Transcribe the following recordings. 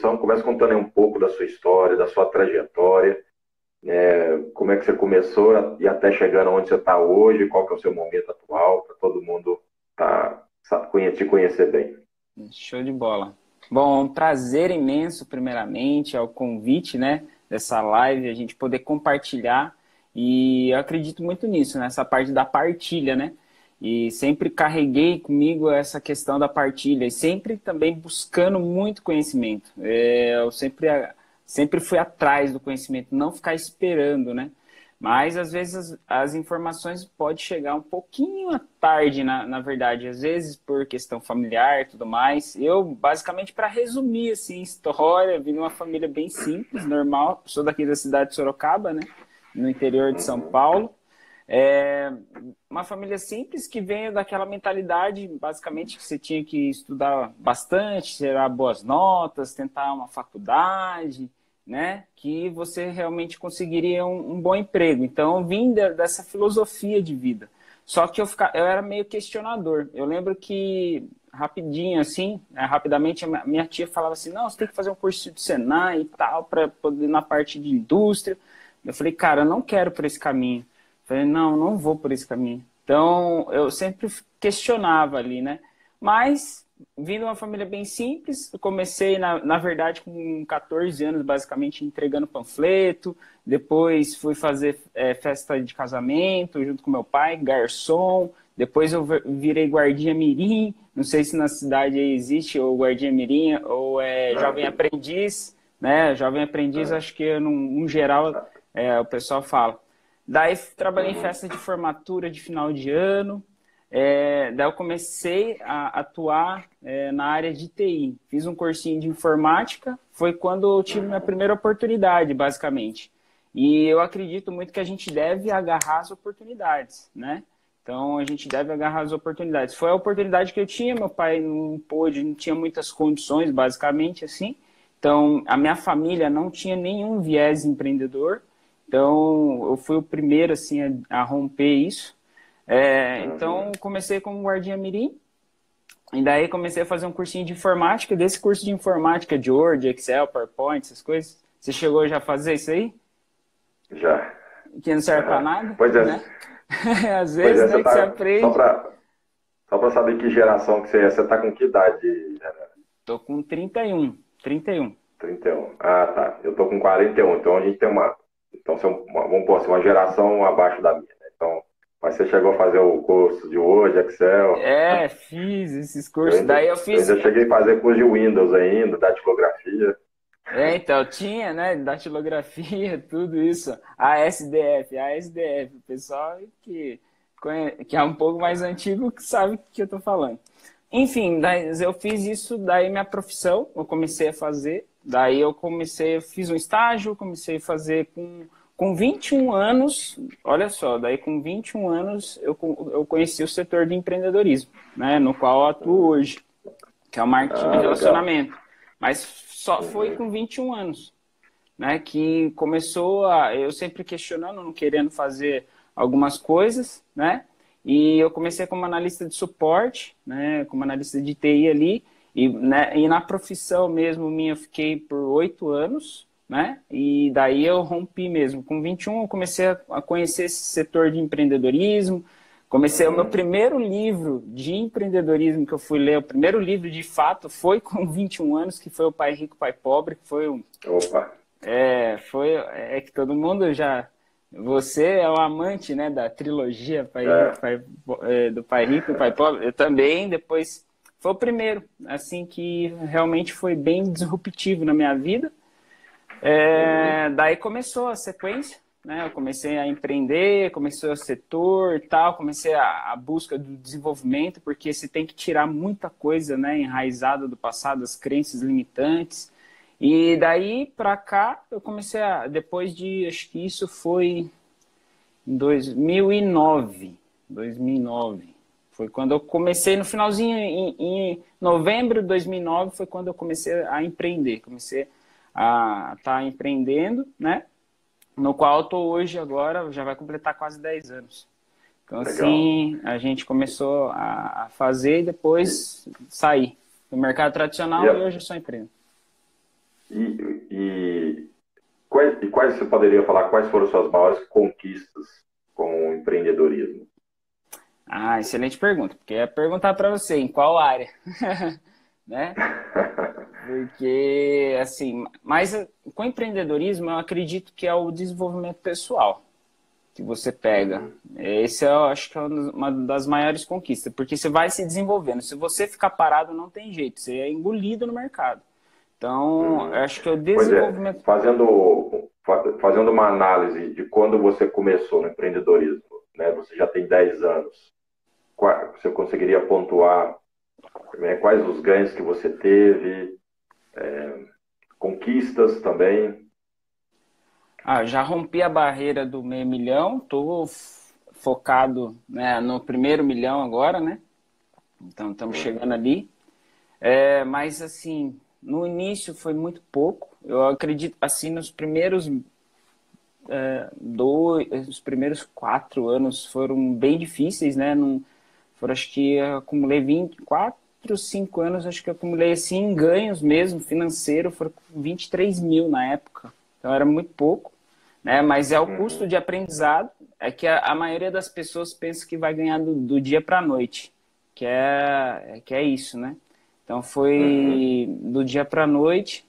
profissão. Começa contando aí um pouco da sua história, da sua trajetória, como é que você começou e até chegando onde você está hoje, qual que é o seu momento atual, para todo mundo te conhecer bem. Show de bola. Bom, um prazer imenso, primeiramente, ao convite, né, dessa live, a gente poder compartilhar. E eu acredito muito nisso, nessa parte da partilha, né? E sempre carreguei comigo essa questão da partilha e sempre também buscando muito conhecimento. Eu sempre fui atrás do conhecimento, não ficar esperando, né? Mas, às vezes, as informações podem chegar um pouquinho à tarde, na verdade. Às vezes, por questão familiar e tudo mais. Eu, basicamente, para resumir, assim, história, vim de uma família bem simples, normal. Sou daqui da cidade de Sorocaba, né? No interior de São Uhum. Paulo. É uma família simples que veio daquela mentalidade, basicamente, que você tinha que estudar bastante, tirar boas notas, tentar uma faculdade, né? Que você realmente conseguiria um bom emprego. Então, eu vim dessa filosofia de vida. Só que eu era meio questionador. Eu lembro que, rapidinho, assim, rapidamente, a minha tia falava assim, não, você tem que fazer um curso de Senai e tal, para poder ir na parte de indústria. Eu falei, cara, eu não quero por esse caminho. Eu falei, não, não vou por esse caminho. Então, eu sempre questionava ali, né? Mas, vindo de uma família bem simples, eu comecei, na verdade, com 14 anos, basicamente, entregando panfleto. Depois fui fazer festa de casamento junto com meu pai, garçom. Depois eu virei guardinha mirim. Não sei se na cidade aí existe ou guardinha mirim ou jovem Aqui. aprendiz, né? Jovem aprendiz, acho que no geral o pessoal fala. Daí trabalhei em Uhum. festa de formatura de final de ano. Daí eu comecei a atuar na área de TI. Fiz um cursinho de informática. Foi quando eu tive minha primeira oportunidade, basicamente. E eu acredito muito que a gente deve agarrar as oportunidades, né? Então, a gente deve agarrar as oportunidades. Foi a oportunidade que eu tinha, meu pai não pôde, não tinha muitas condições, basicamente, assim. Então, a minha família não tinha nenhum viés empreendedor. Então, eu fui o primeiro, assim, a romper isso. Então, Uhum. comecei como guardinha mirim. E daí comecei a fazer um cursinho de informática. Desse curso de informática, de Word, Excel, PowerPoint, essas coisas. Você chegou já a fazer isso aí? Já. Que não serve para Uhum. nada, Pois né? é, Às pois vezes, é, né, que você aprende. só para saber que geração que você é, você está com que idade, Renan? Tô com 31. 31. 31. Ah, tá. Eu tô com 41, então a gente tem então, vamos pôr assim, uma geração abaixo da minha, né? Então, mas você chegou a fazer o curso de Word, Excel. Fiz esses Eu cursos. ainda, Daí eu eu fiz. ainda cheguei a fazer curso de Windows ainda, datilografia. Então, tinha, né, datilografia, tudo isso. A ASDF, o pessoal que é um pouco mais antigo que sabe o que eu tô falando. Enfim, daí eu fiz isso, daí minha profissão, eu comecei a fazer, daí eu fiz um estágio, comecei a fazer com 21 anos, olha só, daí com 21 anos eu conheci o setor de empreendedorismo, né, no qual eu atuo hoje, que é o marketing de Ah, legal. relacionamento. Mas só foi Uhum. com 21 anos, né, que eu sempre questionando, não querendo fazer algumas coisas, né, e eu comecei como analista de suporte, né, como analista de TI ali, e na profissão mesmo minha eu fiquei por 8 anos, né, e daí eu rompi mesmo. Com 21 eu comecei a conhecer esse setor de empreendedorismo, comecei o meu Uhum. primeiro livro de empreendedorismo que eu fui ler, o primeiro livro de fato foi com 21 anos, que foi o Pai Rico, Pai Pobre, que foi Opa. que todo mundo já. Você é um amante, né, da trilogia Pai Rico, É. do Pai Rico e Pai Pobre. Eu também. Depois foi o primeiro, assim que realmente foi bem disruptivo na minha vida. Uhum. Daí começou a sequência, né? Eu comecei a empreender, começou o setor e tal, comecei a busca do desenvolvimento, porque você tem que tirar muita coisa, né, enraizada do passado, as crenças limitantes. E daí para cá eu comecei acho que isso foi em 2009, 2009. Foi quando eu comecei, no finalzinho, em novembro de 2009, foi quando eu comecei a empreender. Comecei a estar empreendendo, né? No qual eu estou hoje agora, já vai completar quase 10 anos. Então, Legal. assim, a gente começou a fazer e E, depois sair do mercado e, tradicional e a- hoje eu só empreendo. E quais você poderia falar, quais foram suas maiores conquistas com o empreendedorismo? Ah, excelente pergunta, porque eu ia perguntar para você em qual área, né? Porque, assim, mas com empreendedorismo eu acredito que é o desenvolvimento pessoal que você pega. Uhum, Esse eu acho que é uma das maiores conquistas, porque você vai se desenvolvendo. Se você ficar parado, não tem jeito, você é engolido no mercado. Então, eu uhum. acho que é o Pois é, desenvolvimento. fazendo uma análise de quando você começou no empreendedorismo, né? Você já tem 10 anos. Você conseguiria pontuar, né, quais os ganhos que você teve, conquistas também? Ah, já rompi a barreira do meio milhão, estou focado, né, no primeiro milhão agora, né? Então, estamos chegando Uhum, ali. Mas, assim, no início foi muito pouco. Eu acredito, assim, nos primeiros os primeiros 4 anos foram bem difíceis, né? Não, foram, acho que eu acumulei 24, 5 anos, acho que eu acumulei, assim, em ganhos mesmo, financeiro, foram 23 mil na época. Então, era muito pouco, né? Mas é o custo uhum, de aprendizado, é que a maioria das pessoas pensa que vai ganhar do dia para a noite, que é isso, né? Então, uhum, foi do dia para a noite.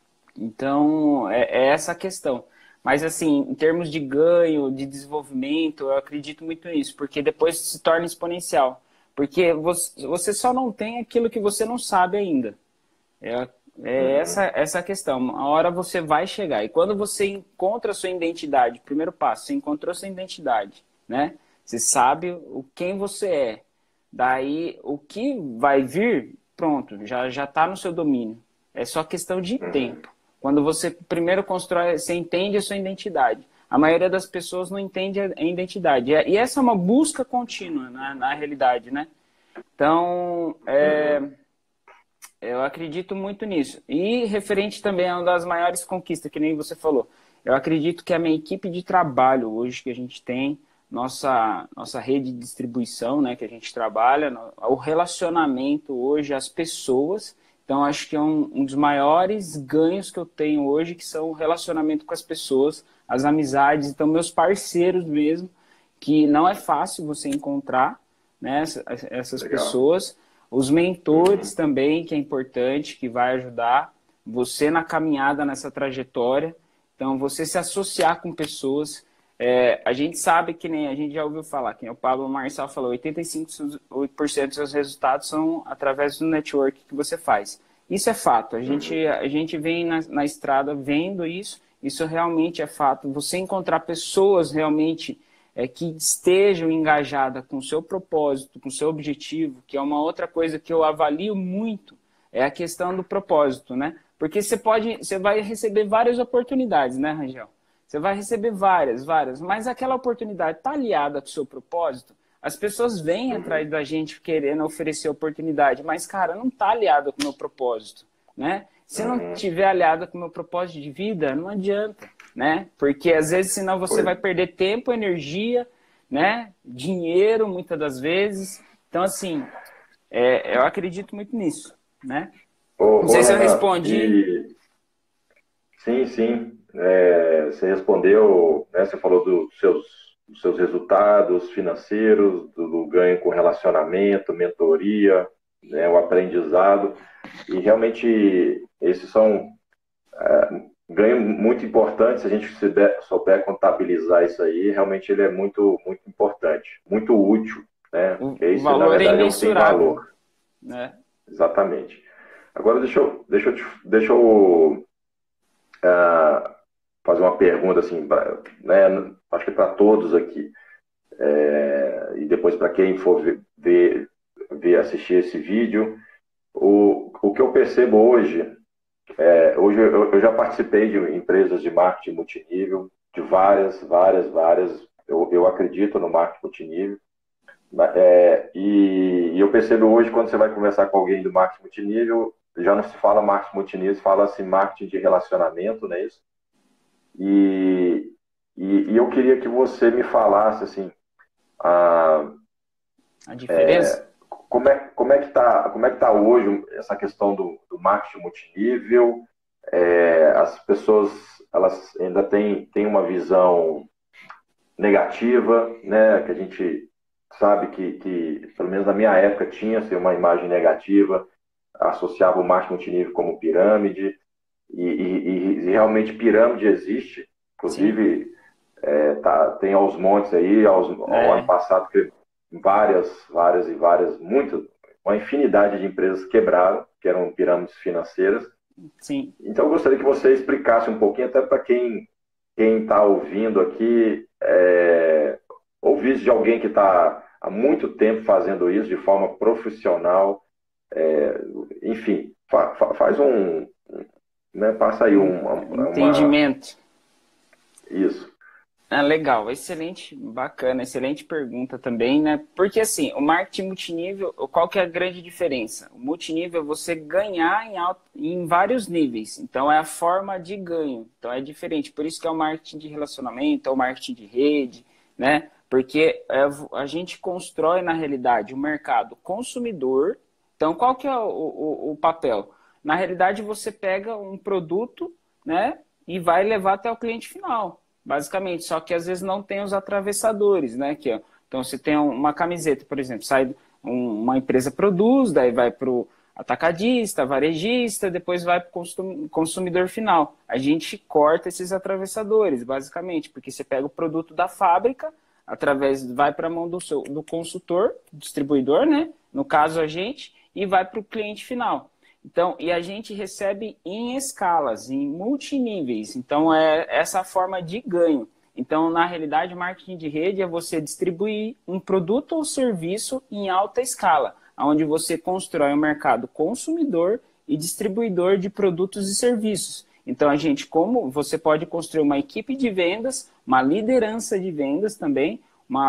Então, é essa a questão. Mas, assim, em termos de ganho, de desenvolvimento, eu acredito muito nisso, porque depois se torna exponencial. Porque você só não tem aquilo que você não sabe ainda. É, é essa, uhum, essa a questão. Uma hora você vai chegar. E quando você encontra a sua identidade, primeiro passo, você encontrou sua identidade, né? Você sabe quem você é. Daí, o que vai vir, pronto, já está no seu domínio. É só questão de uhum, tempo. Quando você primeiro constrói, você entende a sua identidade. A maioria das pessoas não entende a identidade. E essa é uma busca contínua, na realidade, né? Então, uhum. eu acredito muito nisso. E referente também a uma das maiores conquistas, que nem você falou, eu acredito que a minha equipe de trabalho hoje que a gente tem, nossa rede de distribuição, né, que a gente trabalha, o relacionamento hoje, as pessoas. Então, acho que é um dos maiores ganhos que eu tenho hoje, que são o relacionamento com as pessoas, as amizades, então, meus parceiros mesmo, que não é fácil você encontrar, né, essas Legal. pessoas. Os mentores Uhum, também, que é importante, que vai ajudar você na caminhada, nessa trajetória. Então, você se associar com pessoas. A gente sabe que nem a gente já ouviu falar, que nem o Pablo Marçal falou, 85% dos seus resultados são através do network que você faz. Isso é fato. A gente, uhum, a gente vem na estrada vendo isso. Isso realmente é fato. Você encontrar pessoas realmente que estejam engajadas com o seu propósito, com o seu objetivo, que é uma outra coisa que eu avalio muito, é a questão do propósito, né? Porque você vai receber várias oportunidades, né, Rangel? Você vai receber várias, mas aquela oportunidade está aliada com o seu propósito. As pessoas vêm atrás uhum, da gente querendo oferecer oportunidade, mas, cara, não está aliada com o meu propósito, né? Se não uhum. tiver aliada com o meu propósito de vida, não adianta, né? Porque às vezes senão você Pois, vai perder tempo, energia, né? Dinheiro, muitas das vezes. Então, assim, eu acredito muito nisso, né? Não sei se eu Renan, respondi. sim, sim, você respondeu, né, você falou dos seus resultados financeiros, do ganho com relacionamento, mentoria, né, o aprendizado, e realmente esses são ganhos muito importantes. Se a gente souber contabilizar isso aí, realmente ele é muito, muito importante, muito útil, né, O porque isso, na valor é verdade, é o que tem imensurável, valor, né? exatamente. Agora, deixa eu fazer uma pergunta assim, né, acho que para todos aqui, e depois para quem for assistir esse vídeo, o que eu percebo hoje, hoje eu já participei de empresas de marketing multinível, de várias, eu acredito no marketing multinível, e eu percebo hoje, quando você vai conversar com alguém do marketing multinível, já não se fala marketing multinível, se fala assim marketing de relacionamento, não é isso? E, e eu queria que você me falasse assim, a, A diferença? como é que tá hoje essa questão do marketing multinível? as pessoas elas ainda têm uma visão negativa, né? Que a gente sabe que pelo menos na minha época, tinha assim, uma imagem negativa, associava o marketing multinível como pirâmide, e realmente pirâmide existe, Sim. inclusive tem aos montes aí, ao ano É, passado, que várias, muitas, uma infinidade de empresas quebraram, que eram pirâmides financeiras. sim. Então, eu gostaria que você explicasse um pouquinho, até para quem está ouvindo aqui, ouvisse de alguém que está há muito tempo fazendo isso de forma profissional, enfim, faz né, passa aí Entendimento. isso. Ah, legal, excelente, bacana, excelente pergunta também, né? Porque assim, o marketing multinível, qual que é a grande diferença? O multinível é você ganhar em vários níveis, então é a forma de ganho, então é diferente, por isso que é o marketing de relacionamento, é o marketing de rede, né? Porque a gente constrói na realidade o mercado consumidor, então qual que é o papel? Na realidade você pega um produto, né? E vai levar até o cliente final. Basicamente, só que às vezes não tem os atravessadores, né? Então, se tem uma camiseta, por exemplo, uma empresa produz, daí vai para o atacadista, varejista, depois vai para o consumidor final. A gente corta esses atravessadores, basicamente, porque você pega o produto da fábrica, vai para a mão do consultor, distribuidor, né? No caso, a gente, e vai para o cliente final. Então, e a gente recebe em escalas, em multiníveis. Então, é essa forma de ganho. Então, na realidade, marketing de rede é você distribuir um produto ou serviço em alta escala, onde você constrói um mercado consumidor e distribuidor de produtos e serviços. Então, como você pode construir uma equipe de vendas, uma liderança de vendas também,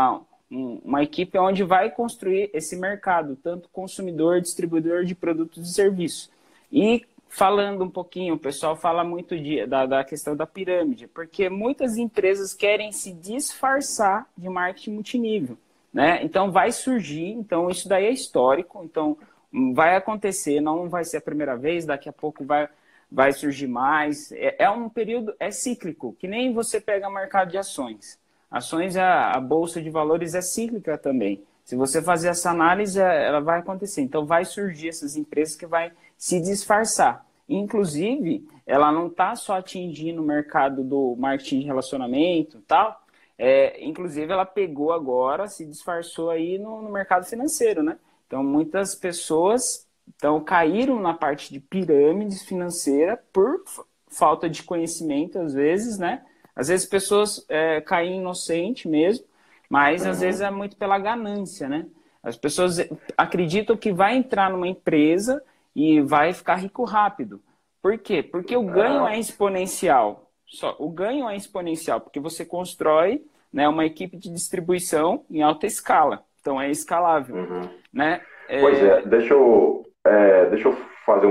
uma equipe onde vai construir esse mercado, tanto consumidor, distribuidor de produtos e serviços. E falando um pouquinho, o pessoal fala muito da questão da pirâmide, porque muitas empresas querem se disfarçar de marketing multinível, né? Então vai surgir, então isso daí é histórico, então vai acontecer, não vai ser a primeira vez, daqui a pouco vai surgir mais. É um período, é cíclico, que nem você pega mercado de ações. Ações, a bolsa de valores é cíclica também. Se você fazer essa análise, ela vai acontecer. Então, vai surgir essas empresas que vai se disfarçar. Inclusive, ela não está só atingindo o mercado do marketing de relacionamento e tal. Inclusive, ela pegou agora, se disfarçou aí no mercado financeiro, né? Então, muitas pessoas caíram na parte de pirâmides financeira por falta de conhecimento, às vezes, né? Às vezes pessoas caem inocente mesmo, mas às vezes é muito pela ganância, né? As pessoas acreditam que vai entrar numa empresa e vai ficar rico rápido. Por quê? Porque o ganho é exponencial. O ganho é exponencial, porque você constrói, né, uma equipe de distribuição em alta escala. Então é escalável, Uhum. né? Pois é, deixa eu fazer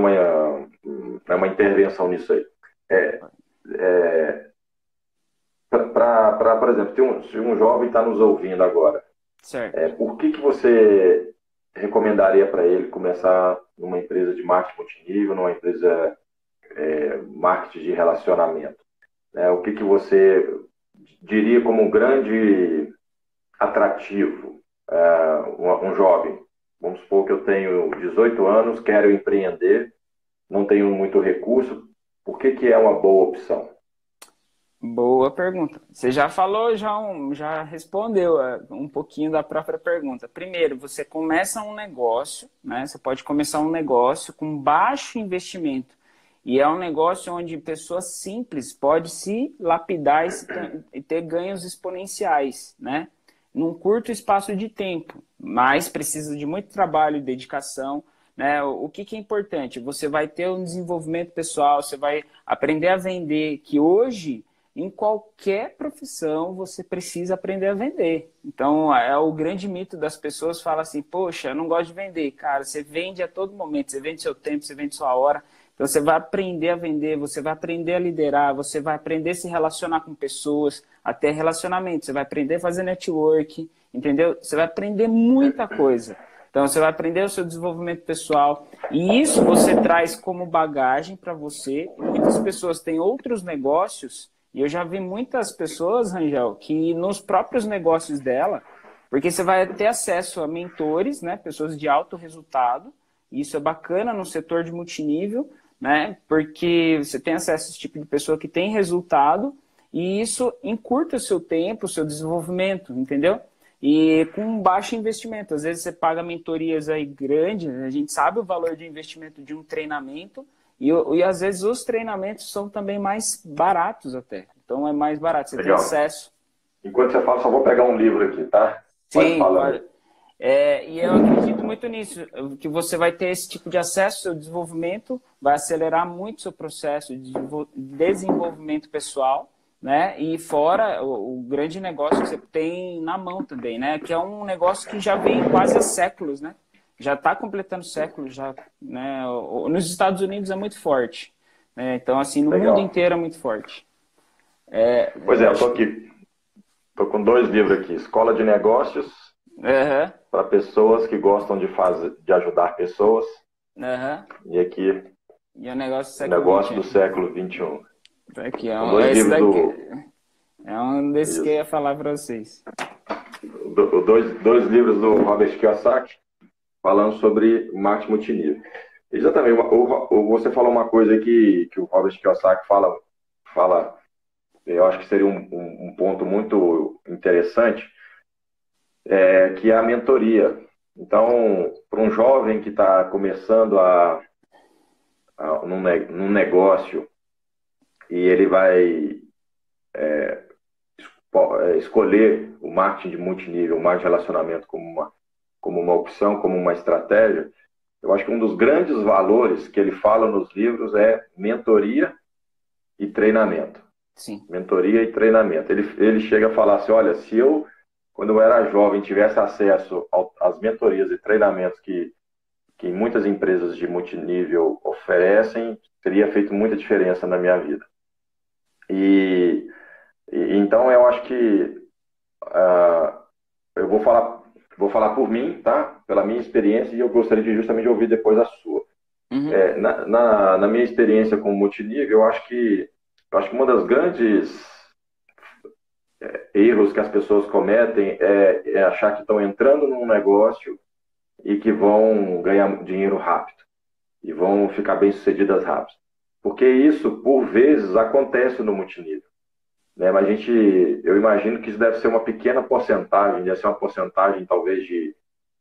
uma intervenção nisso aí. É, por exemplo, se um jovem está nos ouvindo agora, Certo. por que você recomendaria para ele começar numa empresa de marketing multinível, numa empresa marketing de relacionamento? O que você diria como um grande atrativo? Um jovem, vamos supor que eu tenho 18 anos, quero empreender, não tenho muito recurso, por que é uma boa opção? Boa pergunta. Você já falou, já respondeu um pouquinho da própria pergunta. Primeiro, você começa um negócio, né? Você pode começar um negócio com baixo investimento. E é um negócio onde pessoas simples podem se lapidar e ter ganhos exponenciais, né? Num curto espaço de tempo. Mas precisa de muito trabalho e dedicação, né? O que é importante? Você vai ter um desenvolvimento pessoal, você vai aprender a vender, que hoje em qualquer profissão você precisa aprender a vender. Então, é o grande mito das pessoas, fala assim, poxa, eu não gosto de vender. Cara, você vende a todo momento, você vende seu tempo, você vende sua hora. Então, você vai aprender a vender, você vai aprender a liderar, você vai aprender a se relacionar com pessoas, até relacionamento, você vai aprender a fazer network, entendeu? Você vai aprender muita coisa. Então, você vai aprender o seu desenvolvimento pessoal. E isso você traz como bagagem para você. Muitas pessoas têm outros negócios. E eu já vi muitas pessoas, Rangel, que nos próprios negócios dela, porque você vai ter acesso a mentores, né? Pessoas de alto resultado. E isso é bacana no setor de multinível, né? Porque você tem acesso a esse tipo de pessoa que tem resultado. E isso encurta o seu tempo, o seu desenvolvimento, entendeu? E com baixo investimento. Às vezes você paga mentorias aí grandes, a gente sabe o valor de investimento de um treinamento, e às vezes os treinamentos são também mais baratos até. Então é mais barato, você Legal. tem acesso. Enquanto você fala, só vou pegar um livro aqui, tá? Pode Sim, falar. pode. E eu acredito muito nisso, que você vai ter esse tipo de acesso, seu desenvolvimento vai acelerar muito o seu processo de desenvolvimento pessoal, né? E fora o grande negócio que você tem na mão também, né? Que é um negócio que já vem quase há séculos, né? Já está completando séculos, já, né? Nos Estados Unidos é muito forte, né? Então, assim, no Legal. mundo inteiro é muito forte. Pois é, eu tô aqui. Tô com 2 livros aqui. Escola de Negócios, Uhum, para pessoas que gostam de ajudar pessoas. uhum. E aqui, E o negócio do o século negócio do XXI. século XXI. Aqui, São 2 esse livros daqui do... é um desses que eu Isso. ia falar para vocês. Dois livros do Robert Kiyosaki, falando sobre marketing multinível. Exatamente, você falou uma coisa aí que o Robert Kiyosaki fala, eu acho que seria um ponto muito interessante, que é a mentoria. Então, para um jovem que está começando num negócio e ele vai escolher o marketing de multinível, o marketing de relacionamento como uma opção, como uma estratégia, eu acho que um dos grandes valores que ele fala nos livros é mentoria e treinamento. Sim. Mentoria e treinamento. Ele chega a falar assim, olha, se eu, quando eu era jovem, tivesse acesso às mentorias e treinamentos que muitas empresas de multinível oferecem, teria feito muita diferença na minha vida. Então eu acho que eu vou falar por mim, tá? Pela minha experiência, e eu gostaria de justamente ouvir depois a sua. Uhum. Na minha experiência com multinível, eu acho que uma das grandes erros que as pessoas cometem é achar que estão entrando num negócio e que vão ganhar dinheiro rápido e vão ficar bem-sucedidas rápido. Porque isso, por vezes, acontece no multinível. Né? Mas eu imagino que isso deve ser uma pequena porcentagem, deve ser uma porcentagem talvez de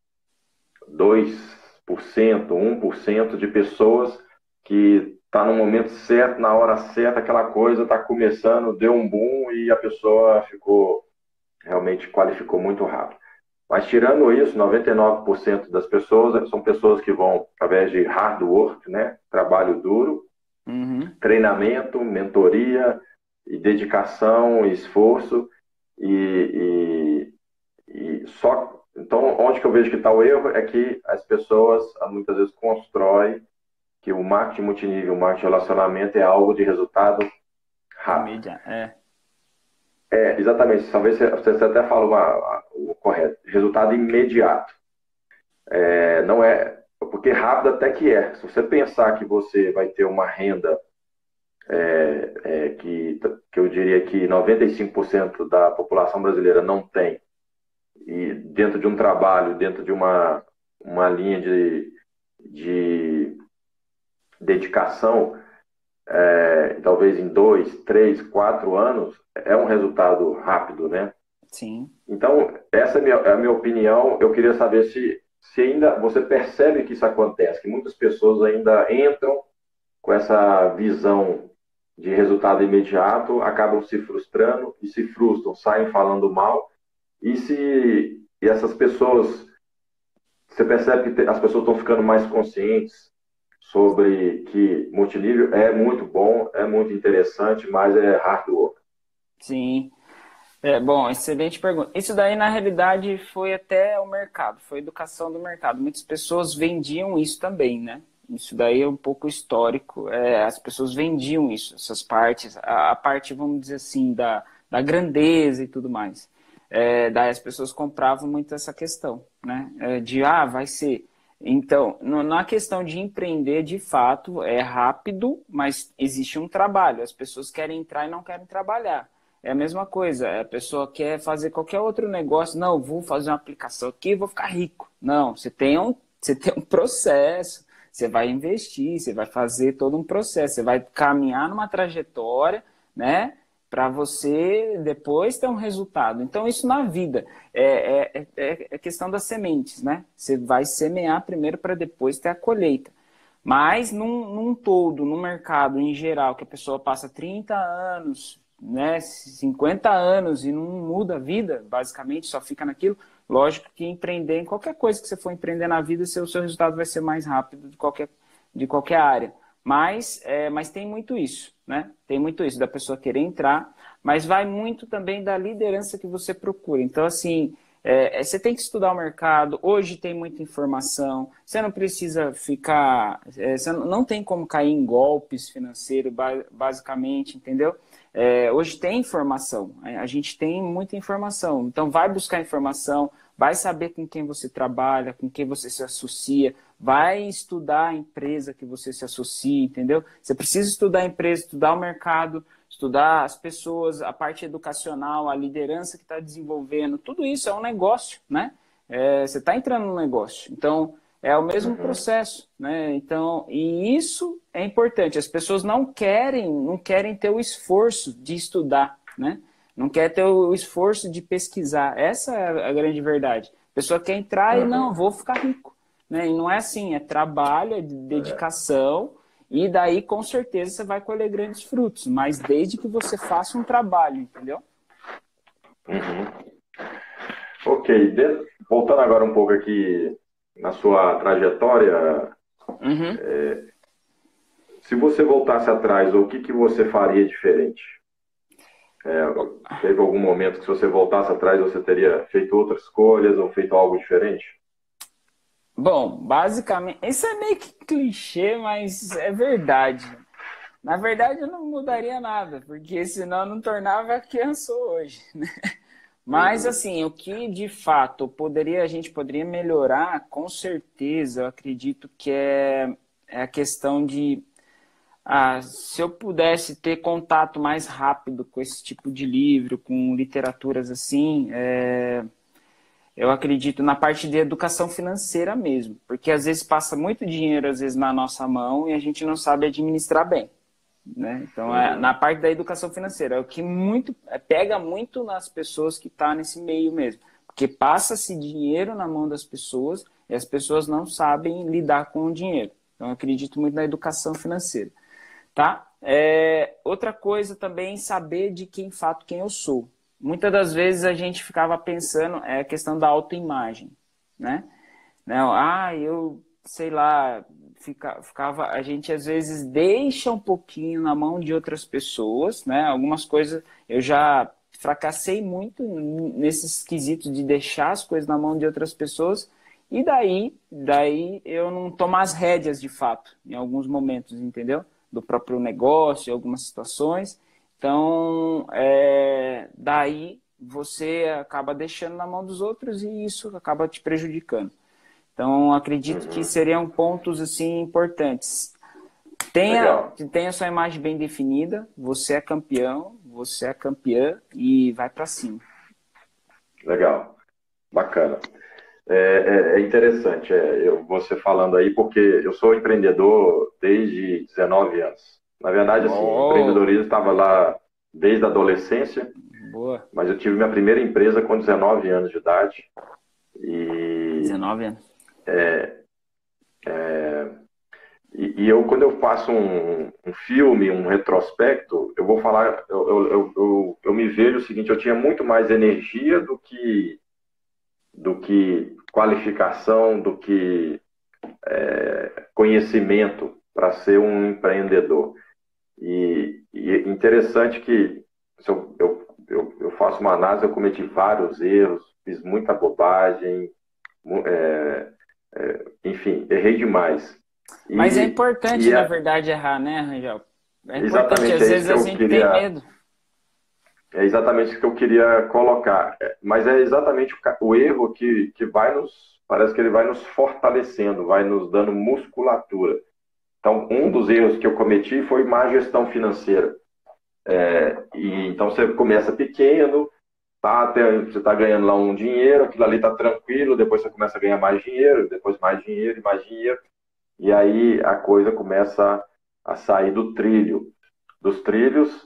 2%, 1% de pessoas que está no momento certo, na hora certa, aquela coisa está começando, deu um boom e a pessoa realmente qualificou muito rápido. Mas tirando isso, 99% das pessoas são pessoas que vão através de hard work, né? Trabalho duro, treinamento, mentoria, e dedicação, e esforço, e só. Então, onde que eu vejo que está o erro é que as pessoas muitas vezes constroem que o marketing multinível, o marketing de relacionamento é algo de resultado rápido. Mídia, Exatamente. Talvez você até fala o correto. Resultado imediato. Não é, porque rápido até que é. Se você pensar que você vai ter uma renda que eu diria que 95% da população brasileira não tem, e dentro de um trabalho, dentro de uma linha de dedicação, talvez em 2, 3, 4 anos, é um resultado rápido, né? Sim. Então, essa é a minha opinião. Eu queria saber se ainda você percebe que isso acontece, que muitas pessoas ainda entram com essa visão de resultado imediato, acabam se frustrando e se frustram, saem falando mal. E essas pessoas, você percebe que as pessoas estão ficando mais conscientes sobre que multinível é muito bom, é muito interessante, mas é hard work. Sim. Bom, excelente pergunta. Isso daí, na realidade, foi até o mercado, foi a educação do mercado. Muitas pessoas vendiam isso também, né? Isso daí é um pouco histórico. As pessoas vendiam isso, essas partes, a parte, vamos dizer assim, da grandeza e tudo mais. Daí as pessoas compravam muito essa questão, né? Vai ser. Então, na questão de empreender, de fato, é rápido, mas existe um trabalho. As pessoas querem entrar e não querem trabalhar. É a mesma coisa, a pessoa quer fazer qualquer outro negócio. Não, vou fazer uma aplicação aqui e vou ficar rico. Não, você tem um processo, você vai investir, você vai fazer todo um processo, você vai caminhar numa trajetória, né? Para você depois ter um resultado. Então, isso na vida é questão das sementes, né? Você vai semear primeiro para depois ter a colheita. Mas, num todo, no mercado em geral, que a pessoa passa 30 anos, né, 50 anos e não muda a vida, basicamente, só fica naquilo, lógico que empreender, em qualquer coisa que você for empreender na vida, seu resultado vai ser mais rápido de qualquer área. Mas tem muito isso, né? Tem muito isso da pessoa querer entrar, mas vai muito também da liderança que você procura. Então, assim, você tem que estudar o mercado. Hoje tem muita informação. Você não precisa ficar... você não tem como cair em golpes financeiros, basicamente, entendeu? Hoje tem informação. A gente tem muita informação. Então, vai buscar informação, vai saber com quem você trabalha, com quem você se associa, vai estudar a empresa que você se associa, entendeu? Você precisa estudar a empresa, estudar o mercado, estudar as pessoas, a parte educacional, a liderança que está desenvolvendo. Tudo isso é um negócio, né? Você está entrando no negócio. Então, é o mesmo processo, né? Então, e isso é importante. As pessoas não querem ter o esforço de estudar, né? Não quer ter o esforço de pesquisar. Essa é a grande verdade. A pessoa quer entrar e não, vou ficar rico. Né? E não é assim, é trabalho, é dedicação, e daí com certeza você vai colher grandes frutos, mas desde que você faça um trabalho, entendeu? Ok, voltando agora um pouco aqui na sua trajetória, se você voltasse atrás, o que você faria diferente? Teve algum momento que se você voltasse atrás você teria feito outras escolhas ou feito algo diferente? Bom, basicamente, isso é meio que clichê, mas é verdade. Na verdade, eu não mudaria nada, porque senão eu não tornava quem eu sou hoje, né? Mas, assim, o que de fato a gente poderia melhorar, com certeza, eu acredito que é a questão de se eu pudesse ter contato mais rápido com esse tipo de livro, com literaturas assim, eu acredito na parte de educação financeira mesmo, porque às vezes passa muito dinheiro às vezes na nossa mão e a gente não sabe administrar bem, né? Então, na parte da educação financeira, é o que pega muito nas pessoas que estão nesse meio mesmo, porque passa-se dinheiro na mão das pessoas e as pessoas não sabem lidar com o dinheiro. Então, eu acredito muito na educação financeira, tá? Outra coisa também, saber de quem eu sou. Muitas das vezes a gente ficava pensando a questão da autoimagem, né? Não, eu sei lá, a gente às vezes deixa um pouquinho na mão de outras pessoas, né? Algumas coisas eu já fracassei muito nesses quesitos de deixar as coisas na mão de outras pessoas e daí eu não tomar as rédeas de fato, em alguns momentos, entendeu? Do próprio negócio, em algumas situações. Então, daí você acaba deixando na mão dos outros e isso acaba te prejudicando. Então, acredito que seriam pontos assim importantes. Tenha sua imagem bem definida, você é campeão, você é campeã e vai para cima. Legal, bacana. É interessante, você falando aí, porque eu sou empreendedor desde 19 anos. Na verdade, assim, o empreendedorismo estava lá desde a adolescência. Boa. Mas eu tive minha primeira empresa com 19 anos de idade. 19 anos. E quando eu faço um filme, um retrospecto, eu vou falar, eu me vejo o seguinte, eu tinha muito mais energia do que qualificação, do que conhecimento para ser um empreendedor. E interessante que se eu faço uma análise, eu cometi vários erros, fiz muita bobagem, enfim, errei demais. Mas é importante, na verdade, errar, né, Rangel? É importante, exatamente, às vezes a gente tem medo. É exatamente isso que eu queria colocar. Mas é exatamente o erro que vai parece que ele vai nos fortalecendo, vai nos dando musculatura. Então, um dos erros que eu cometi foi má gestão financeira. Então, você começa pequeno, você está ganhando lá um dinheiro, aquilo ali está tranquilo, depois você começa a ganhar mais dinheiro, depois mais dinheiro e mais dinheiro, e aí a coisa começa a sair dos trilhos,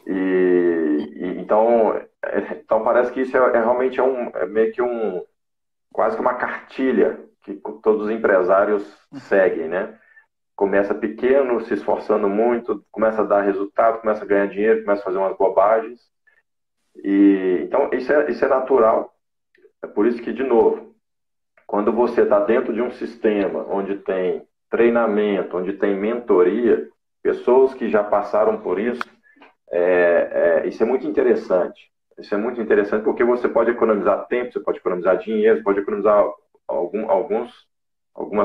então parece que isso realmente é meio que quase que uma cartilha que todos os empresários seguem, né? Começa pequeno, se esforçando muito, começa a dar resultado, começa a ganhar dinheiro, começa a fazer umas bobagens. Então, isso é natural. É por isso que, de novo, quando você está dentro de um sistema onde tem treinamento, onde tem mentoria, pessoas que já passaram por isso, isso é muito interessante. Isso é muito interessante porque você pode economizar tempo, você pode economizar dinheiro, você pode economizar algumas,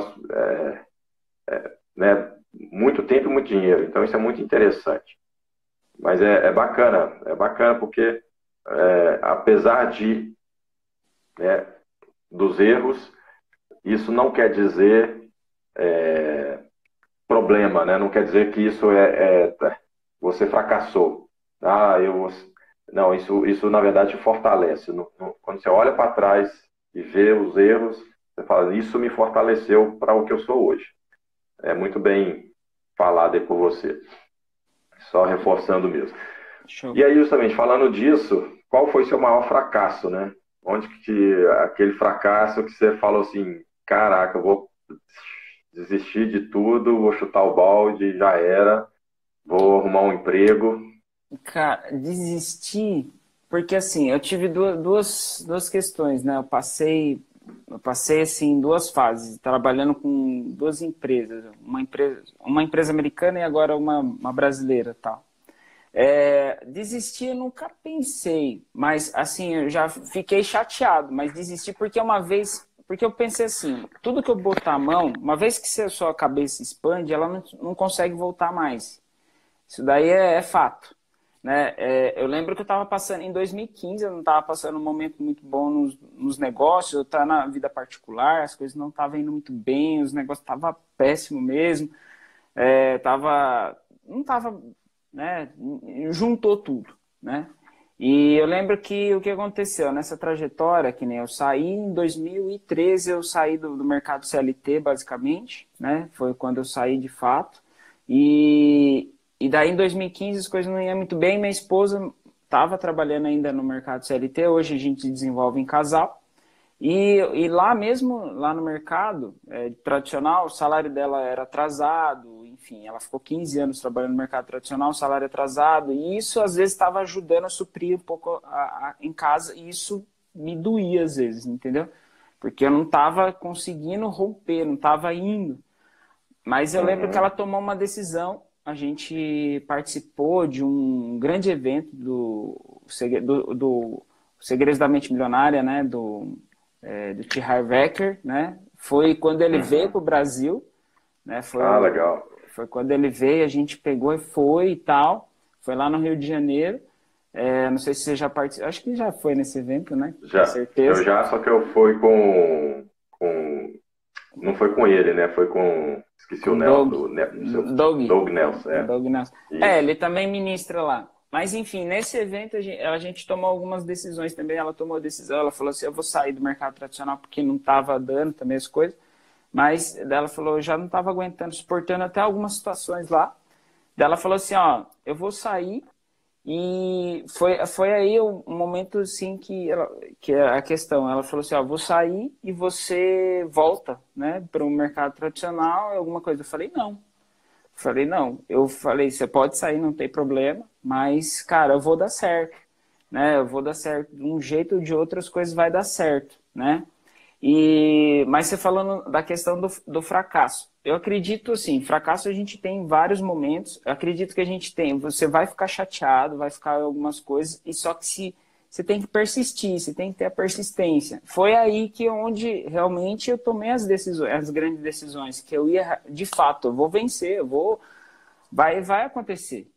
né, muito tempo e muito dinheiro. Então, isso é muito interessante. Mas é bacana porque, apesar né, dos erros, isso não quer dizer problema, né? Não quer dizer que isso você fracassou. Não, isso na verdade fortalece. Quando você olha para trás e vê os erros, você fala, isso me fortaleceu para o que eu sou hoje. É muito bem falado aí por você. Só reforçando mesmo. Show. E aí, justamente, falando disso, qual foi seu maior fracasso, né? Onde aquele fracasso que você falou assim, caraca, eu vou desistir de tudo, vou chutar o balde, já era, vou arrumar um emprego. Cara, desistir, porque assim, eu tive duas questões, né? Eu passei assim, em duas fases, trabalhando com duas empresas, uma empresa americana e agora uma brasileira, tal. Desistir eu nunca pensei, mas assim, eu já fiquei chateado, mas desisti porque eu pensei assim, tudo que eu botar a mão, uma vez que a sua cabeça expande, ela não consegue voltar mais. Isso daí é fato. Né? Eu lembro que eu estava passando, em 2015, eu não estava passando um momento muito bom nos negócios, eu estava na vida particular, as coisas não estavam indo muito bem, os negócios estavam péssimo mesmo, não estava, né? Juntou tudo, né? E eu lembro que o que aconteceu nessa trajetória, que nem eu saí em 2013, eu saí do mercado CLT, basicamente, né? Foi quando eu saí de fato. E daí em 2015 as coisas não iam muito bem. Minha esposa estava trabalhando ainda no mercado CLT, hoje a gente desenvolve em casal. E lá mesmo, lá no mercado tradicional, o salário dela era atrasado, enfim, ela ficou 15 anos trabalhando no mercado tradicional, o salário atrasado, e isso às vezes estava ajudando a suprir um pouco em casa, e isso me doía às vezes, entendeu? Porque eu não estava conseguindo romper, não estava indo. Mas eu lembro que ela tomou uma decisão, a gente participou de um grande evento do Segredos da Mente Milionária, né, do T. Harv Eker, né? Foi quando ele veio para o Brasil, né? Legal. Foi quando ele veio, a gente pegou e foi e tal. Foi lá no Rio de Janeiro. Não sei se você já participou, acho que já foi nesse evento, né? Já. Com certeza. Só que eu fui não foi com ele, né? Foi com, esqueci o Nelson, Doug Nelson. Doug Nelson. Ele também ministra lá. Mas, enfim, nesse evento a gente tomou algumas decisões também. Ela tomou a decisão, ela falou assim, eu vou sair do mercado tradicional porque não estava dando também as coisas. Mas ela falou, eu já não estava aguentando, suportando até algumas situações lá. Daí ela falou assim, ó, eu vou sair. E foi aí um momento assim que é a questão. Ela falou assim, ó, vou sair e você volta, né, para o mercado tradicional, alguma coisa. Eu falei, você pode sair, não tem problema, mas, cara, eu vou dar certo, né? Eu vou dar certo. De um jeito ou de outro, as coisas vai dar certo, né? Mas você falando da questão do fracasso. Eu acredito, assim, fracasso a gente tem em vários momentos. Eu acredito que a gente tem. Você vai ficar chateado, vai ficar algumas coisas, e só que você tem que persistir, você tem que ter a persistência. Foi aí onde realmente eu tomei as decisões, as grandes decisões, que eu ia, de fato, eu vou vencer, vai acontecer, né?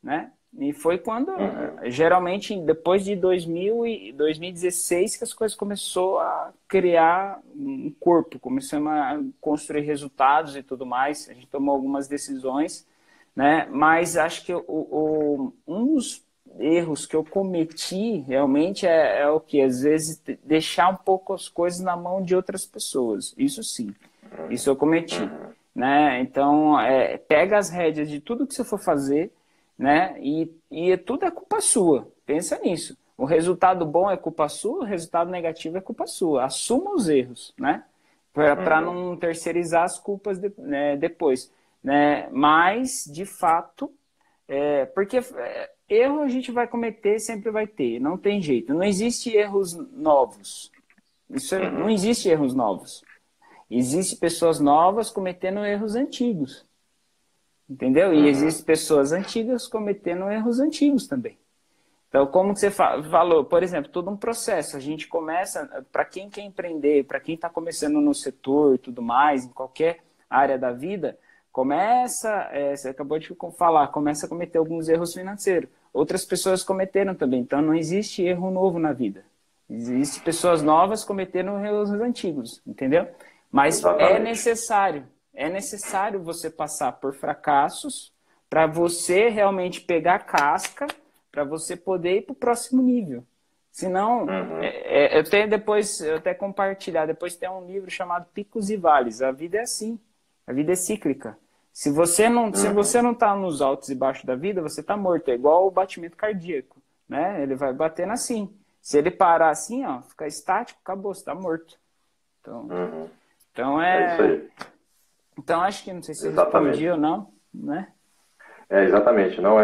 E foi quando, geralmente, depois de 2000 e 2016, que as coisas começou a criar um corpo, começamos a construir resultados e tudo mais. A gente tomou algumas decisões, né? Mas acho que um dos erros que eu cometi realmente é o que? Às vezes deixar um pouco as coisas na mão de outras pessoas. Isso sim, isso eu cometi, né? Então, pega as rédeas de tudo que você for fazer, né? E tudo é culpa sua. Pensa nisso. O resultado bom é culpa sua, o resultado negativo é culpa sua. Assuma os erros, né? Para não terceirizar as culpas depois, né? Mas, de fato, porque erro a gente vai cometer, sempre vai ter. Não tem jeito. Não existe erros novos. Não existe erros novos. Existem pessoas novas cometendo erros antigos. Entendeu? E existem pessoas antigas cometendo erros antigos também. Então, como que você falou, por exemplo, todo um processo. A gente começa, para quem quer empreender, para quem está começando no setor e tudo mais, em qualquer área da vida, você acabou de falar, começa a cometer alguns erros financeiros. Outras pessoas cometeram também. Então, não existe erro novo na vida. Existem pessoas novas cometendo erros antigos, entendeu? Mas é necessário você passar por fracassos para você realmente pegar a casca, para você poder ir para o próximo nível. Senão, eu até compartilhar, depois tem um livro chamado Picos e Vales. A vida é assim, a vida é cíclica. Se você não está nos altos e baixos da vida, você está morto. É igual o batimento cardíaco, né? Ele vai batendo assim. Se ele parar assim, ó, ficar estático, acabou, você está morto. Então é isso aí. Então, acho que não sei se eu respondi ou não, né? Exatamente. Não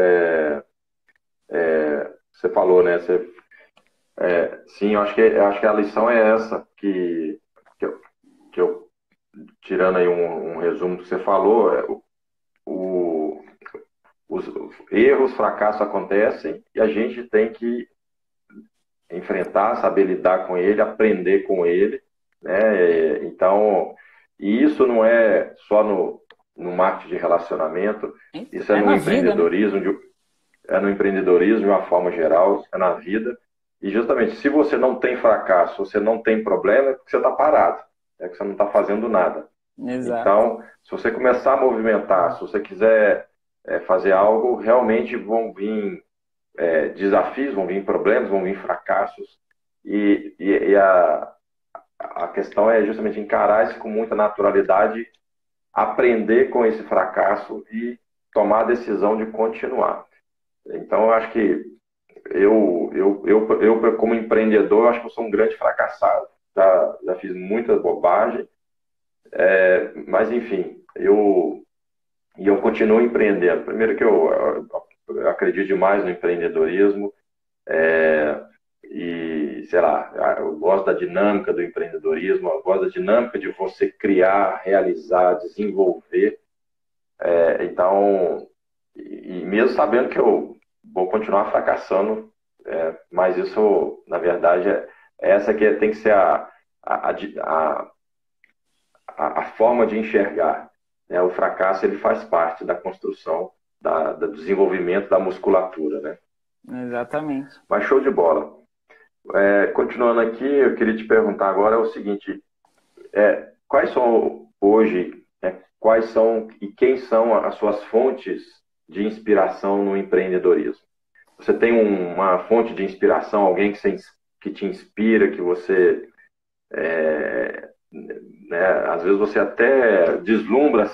você falou, né? Sim, eu acho que a lição é essa, que eu tirando aí um resumo do que você falou, os erros, fracassos acontecem e a gente tem que enfrentar, saber lidar com ele, aprender com ele, né? Então, e isso não é só no marketing de relacionamento, isso é no empreendedorismo, vida, né? É no empreendedorismo de uma forma geral, é na vida. E justamente, se você não tem fracasso, você não tem problema, é porque você está parado, é que você não está fazendo nada. Exato. Então, se você começar a movimentar, se você quiser fazer algo, realmente vão vir desafios, vão vir problemas, vão vir fracassos. E a questão é justamente encarar isso com muita naturalidade, aprender com esse fracasso e tomar a decisão de continuar. Então, eu acho que eu como empreendedor, acho que eu sou um grande fracassado. Já fiz muita bobagem, mas, enfim, eu continuo empreendendo. Primeiro que eu acredito demais no empreendedorismo, e, sei lá, eu gosto da dinâmica do empreendedorismo, eu gosto da dinâmica de você criar, realizar, desenvolver. Então, e mesmo sabendo que eu vou continuar fracassando, mas isso, na verdade, essa que tem que ser a forma de enxergar, né? O fracasso, ele faz parte da construção, do desenvolvimento da musculatura, né? Exatamente. Mas show de bola. Continuando aqui, eu queria te perguntar agora o seguinte, quais são hoje, quais são e quem são as suas fontes de inspiração no empreendedorismo? Você tem uma fonte de inspiração, alguém que te inspira, que você, né, às vezes você até deslumbra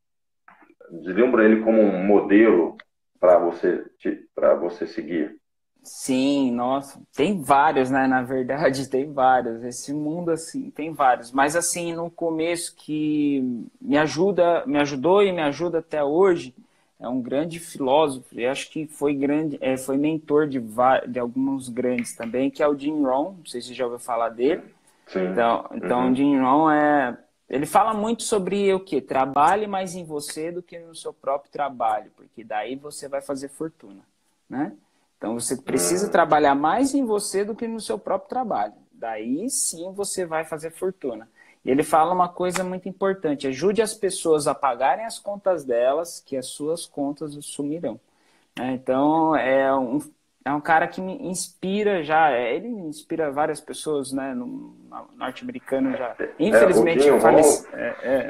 ele como um modelo para você seguir? Sim, nossa, tem vários, né? Na verdade, tem vários. Esse mundo, assim, tem vários. Mas, assim, no começo que me ajudou e me ajuda até hoje, é um grande filósofo, e acho que foi foi mentor de alguns grandes também, que é o Jim Rohn. Não sei se você já ouviu falar dele. Sim. Então o Jim Rohn ele fala muito sobre o quê? Trabalhe mais em você do que no seu próprio trabalho, porque daí você vai fazer fortuna, né? Então você precisa trabalhar mais em você do que no seu próprio trabalho. Daí sim você vai fazer fortuna. E ele fala uma coisa muito importante: ajude as pessoas a pagarem as contas delas, que as suas contas sumirão. Então, é um cara que me inspira já. Ele inspira várias pessoas, né? No norte-americano já. O Infelizmente, Jim Rohn, falece.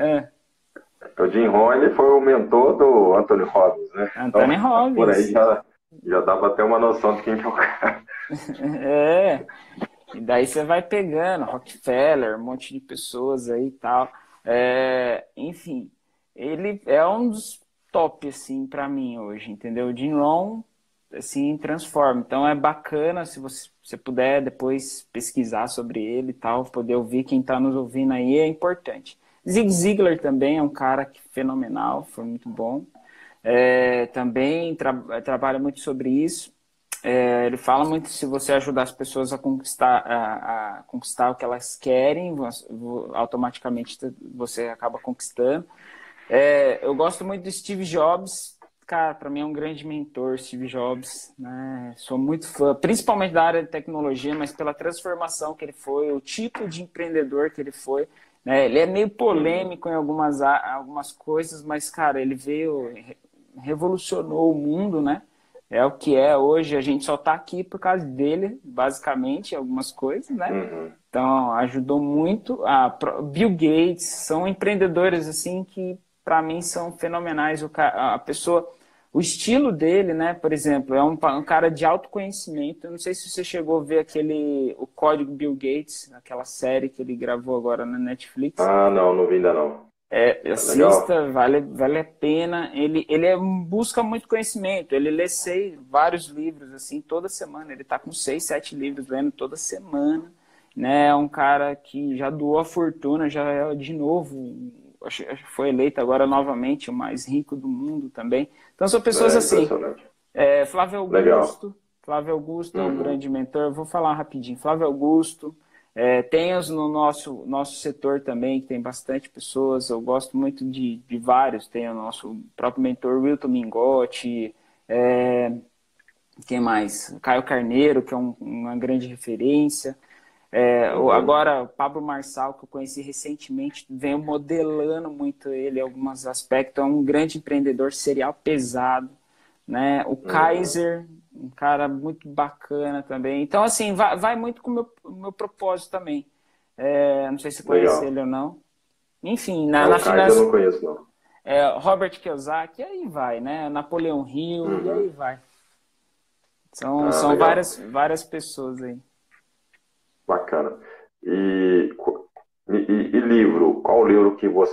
o Jim Rohn, ele foi o mentor do Anthony Robbins, né? Então, Anthony por aí Robbins. já dá para ter uma noção de quem que é o cara. É. E daí você vai pegando Rockefeller, um monte de pessoas aí e tal. Enfim, ele é um dos top, assim, para mim hoje, entendeu? O Jim Rohn, assim, transforma. Então é bacana se você puder depois pesquisar sobre ele e tal, poder ouvir quem está nos ouvindo aí, é importante. Zig Ziglar também é um cara que fenomenal, foi muito bom. Também trabalha muito sobre isso. Ele fala muito se você ajudar as pessoas a conquistar o que elas querem, automaticamente você acaba conquistando. Eu gosto muito do Steve Jobs, cara, para mim é um grande mentor, Steve Jobs, né? Sou muito fã, principalmente da área de tecnologia, mas pela transformação que ele foi, o tipo de empreendedor que ele foi, né? Ele é meio polêmico em algumas coisas, mas, cara, ele veio, revolucionou o mundo, né? É o que é hoje, a gente só está aqui por causa dele, basicamente, algumas coisas, né? Uhum. Então, ajudou muito. Bill Gates, são empreendedores, assim, que para mim são fenomenais. A pessoa, o estilo dele, né? Por exemplo, é um cara de autoconhecimento. Eu não sei se você chegou a ver o Código Bill Gates, aquela série que ele gravou agora na Netflix. Ah, não, não vi ainda não. É legal? Assista, vale a pena. Ele busca muito conhecimento. Ele lê vários livros, assim, toda semana. Ele está com 6, 7 livros lendo toda semana. Né? É um cara que já doou a fortuna, já é de novo, acho que foi eleito agora novamente o mais rico do mundo também. Então são pessoas assim. Impressionante. Flávio Legal. Augusto. Flávio Augusto é um Uhum. grande mentor. Eu vou falar rapidinho. Flávio Augusto. Tem os no nosso setor também, que tem bastante pessoas. Eu gosto muito de vários. Tem o nosso próprio mentor, Wilton Mingotti. Quem mais? Caio Carneiro, que é uma grande referência. Uhum. Agora, o Pablo Marçal, que eu conheci recentemente, venho modelando muito ele em alguns aspectos. É um grande empreendedor serial pesado, né? O Uhum. Kaiser, um cara muito bacana também. Então, assim, vai muito com o meu propósito também. Não sei se você conhece Legal. ele ou não. Enfim, Ah, na o Kaiser eu finance, não conheço, não. Robert Kiyosaki, e aí vai, né? Napoleão Hill, e aí Uhum. vai. São, Ah, são legal. várias pessoas aí. Bacana. E, e livro? Qual livro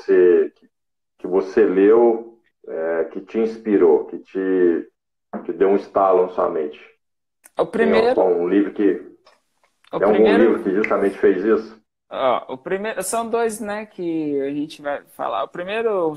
que você leu, que te inspirou, que deu um estalo na sua mente? O Tem primeiro, um livro o tem algum primeiro livro que justamente fez isso? o primeiro, são dois, né, que a gente vai falar. O primeiro,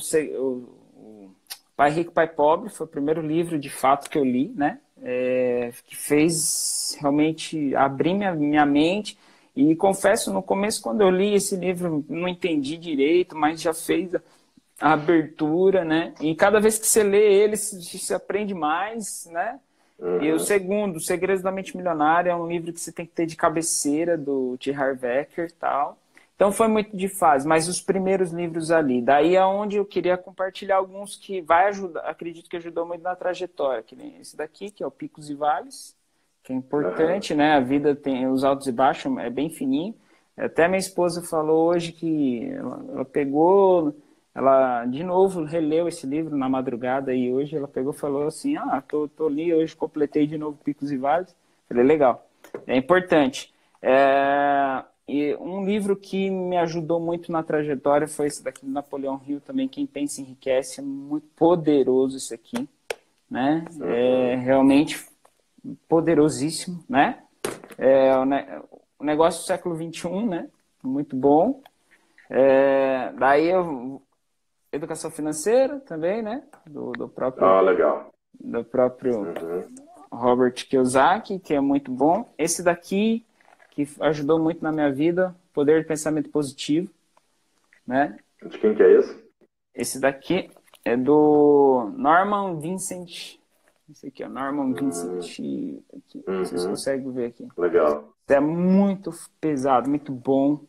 o Pai Rico, Pai Pobre, foi o primeiro livro, de fato, que eu li, né, que fez realmente abrir minha mente. E confesso, no começo, quando eu li esse livro, não entendi direito, mas já fez a abertura, né, e cada vez que você lê ele, se aprende mais, né. E o Uhum. segundo, Os Segredos da Mente Milionária, é um livro que você tem que ter de cabeceira, do T. Harv Eker e tal. Então foi muito de fase, mas os primeiros livros ali. Daí é onde eu queria compartilhar alguns que vai ajudar, acredito que ajudou muito na trajetória, que nem esse daqui, que é o Picos e Vales, que é Aham. importante, né? A vida tem os altos e baixos, é bem fininho. Até minha esposa falou hoje que ela pegou, ela de novo releu esse livro na madrugada e hoje ela pegou e falou assim: tô ali, hoje completei de novo Picos e Vales. Falei, legal, é importante. E um livro que me ajudou muito na trajetória foi esse daqui do Napoleão Hill também, Quem Pensa Enriquece, é muito poderoso esse aqui, né? É Uhum. realmente poderosíssimo, né? O negócio do século XXI, né? Muito bom. Educação financeira também, né? Ah, legal. Do próprio Uhum. Robert Kiyosaki, que é muito bom. Esse daqui, que ajudou muito na minha vida, Poder de Pensamento Positivo, né? De quem que é esse? Esse daqui é do Norman Vincent. Esse aqui é o Norman Vincent. Uhum. Aqui, não sei se você Uhum. consegue ver aqui. Legal. É muito pesado, muito bom.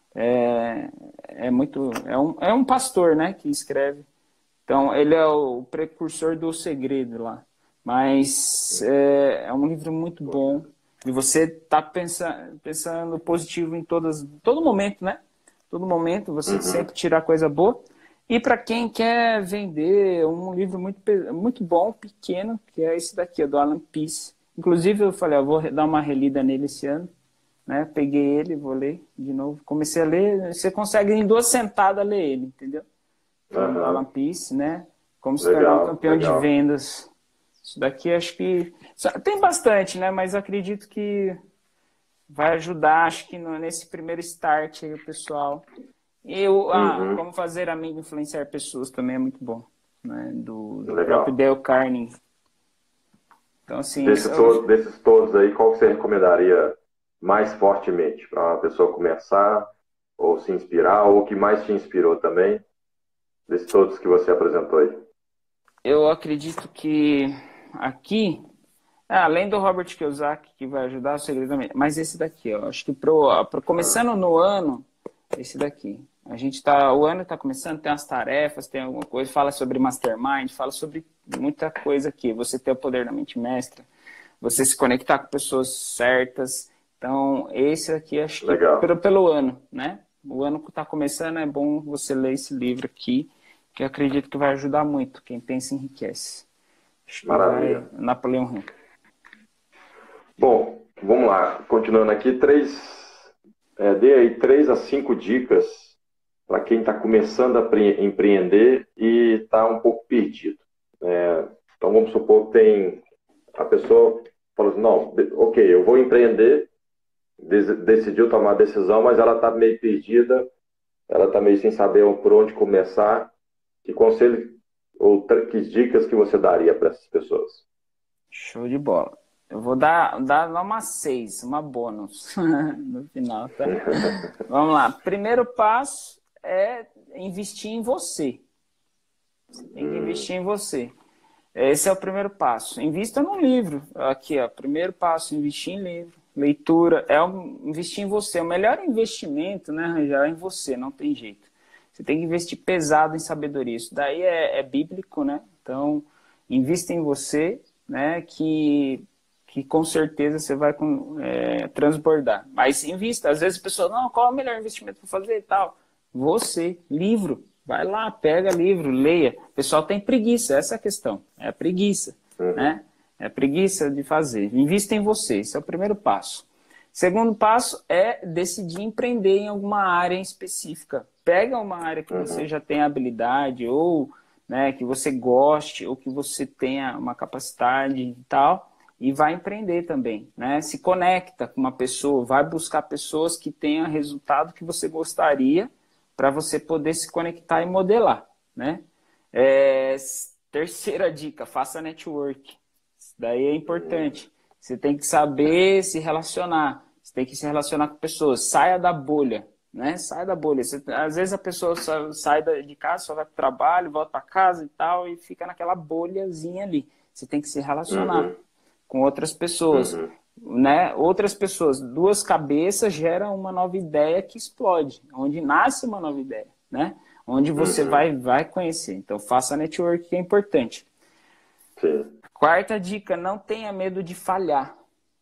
É um pastor, né, que escreve. Então, ele é o precursor do Segredo lá. Mas é um livro muito bom. E você está pensando positivo em todo momento, né? Todo momento, você sempre tirar coisa boa. E para quem quer vender um livro muito bom, pequeno, que é esse daqui, do Alan Peace. Inclusive, eu falei, eu vou dar uma relida nele esse ano. Né? Peguei ele, vou ler de novo. Comecei a ler, você consegue em 2 sentadas ler ele, entendeu? Então, do Alan Peace, né? Como se tornar um campeão de vendas. Isso daqui acho que... Tem bastante, né? Mas acredito que vai ajudar, acho que nesse primeiro start aí, o pessoal. Como fazer amigo influenciar pessoas também é muito bom. Né? Do próprio Dale Carnegie. Então, assim... Desses todos aí, qual que você recomendaria mais fortemente para uma pessoa começar ou se inspirar, ou o que mais te inspirou também, desses todos que você apresentou aí? Eu acredito que aqui, além do Robert Kiyosaki, que vai ajudar o segredo também, mas esse daqui, eu acho que começando no ano, esse daqui. O ano está começando, tem umas tarefas, tem alguma coisa, fala sobre mastermind, fala sobre muita coisa aqui. Você ter o poder da mente mestra, você se conectar com pessoas certas. Então, esse aqui, acho que pelo ano, né? O ano que está começando, é bom você ler esse livro aqui, que eu acredito que vai ajudar muito. Quem pensa enriquece. Acho que Maravilha. Napoleão Hill. Bom, vamos lá. Continuando aqui, dê aí 3 a 5 dicas para quem está começando a empreender e está um pouco perdido. Então, vamos supor que a pessoa falou assim, não, ok, eu vou empreender, decidiu tomar a decisão, mas ela está meio perdida, ela está meio sem saber por onde começar. Que conselho ou que dicas que você daria para essas pessoas? Show de bola. Eu vou dar uma 6, uma bônus no final, tá? Vamos lá. Primeiro passo é investir em você. Você tem que investir em você. Esse é o primeiro passo. Invista num livro. Aqui, ó. Primeiro passo, investir em livro. Leitura. Investir em você. O melhor investimento, né, Rangel, é em você. Não tem jeito. Você tem que investir pesado em sabedoria. Isso daí é bíblico, né? Então, invista em você, né, que com certeza você vai transbordar. Mas invista. Às vezes a pessoa, não, qual é o melhor investimento para fazer e tal? Você. Livro. Vai lá, pega livro, leia. O pessoal tem preguiça, essa é a questão. É a preguiça, né? É a preguiça de fazer. Invista em você, esse é o primeiro passo. Segundo passo é decidir empreender em alguma área em específica. Pega uma área que você já tem habilidade, ou né, que você goste, ou que você tenha uma capacidade e tal, e vai empreender também. Né? Se conecta com uma pessoa, vai buscar pessoas que tenham resultado que você gostaria, para você poder se conectar e modelar, né? Terceira dica, faça network. Isso daí é importante. Você tem que saber se relacionar. Você tem que se relacionar com pessoas. Saia da bolha, né? Saia da bolha. Às vezes a pessoa sai de casa, só vai para o trabalho, volta para casa e tal, e fica naquela bolhazinha ali. Você tem que se relacionar com outras pessoas. Né? Outras pessoas, 2 cabeças geram uma nova ideia que explode, onde nasce uma nova ideia, né? Onde você vai conhecer. Então, faça network, que é importante. Sim. Quarta dica, não tenha medo de falhar.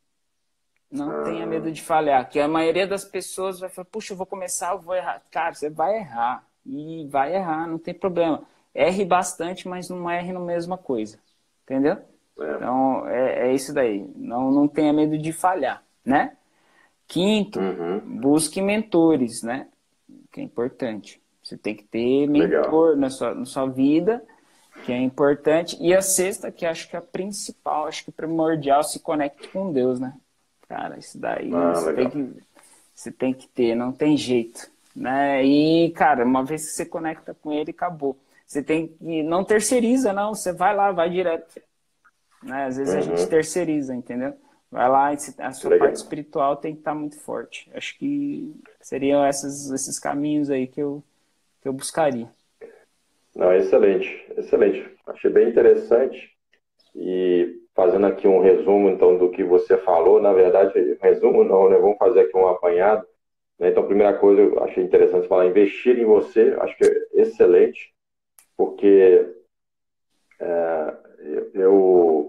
Não tenha medo de falhar, que a maioria das pessoas vai falar, puxa, eu vou começar, eu vou errar. Cara, você vai errar, e vai errar, não tem problema. Erre bastante, mas não erre na mesma coisa, entendeu? Então, é isso daí. Não tenha medo de falhar, né? Quinto, busque mentores, né? Que é importante. Você tem que ter mentor na sua vida, que é importante. E a sexta, que acho que é a principal, acho que primordial, se conecte com Deus, né? Cara, isso daí você tem que ter, não tem jeito, né? E, cara, uma vez que você conecta com ele, acabou. Você tem que... Não terceiriza, não. Você vai lá, vai direto. Né? Às vezes a gente terceiriza, entendeu? Vai lá, a sua parte espiritual tem que estar muito forte. Acho que seriam esses caminhos aí que eu buscaria. Não, excelente, excelente. Achei bem interessante. E fazendo aqui um resumo, então, do que você falou, na verdade, resumo não, né? Vamos fazer aqui um apanhado. Né? Então, a primeira coisa, eu achei interessante falar, investir em você, acho que é excelente, porque eu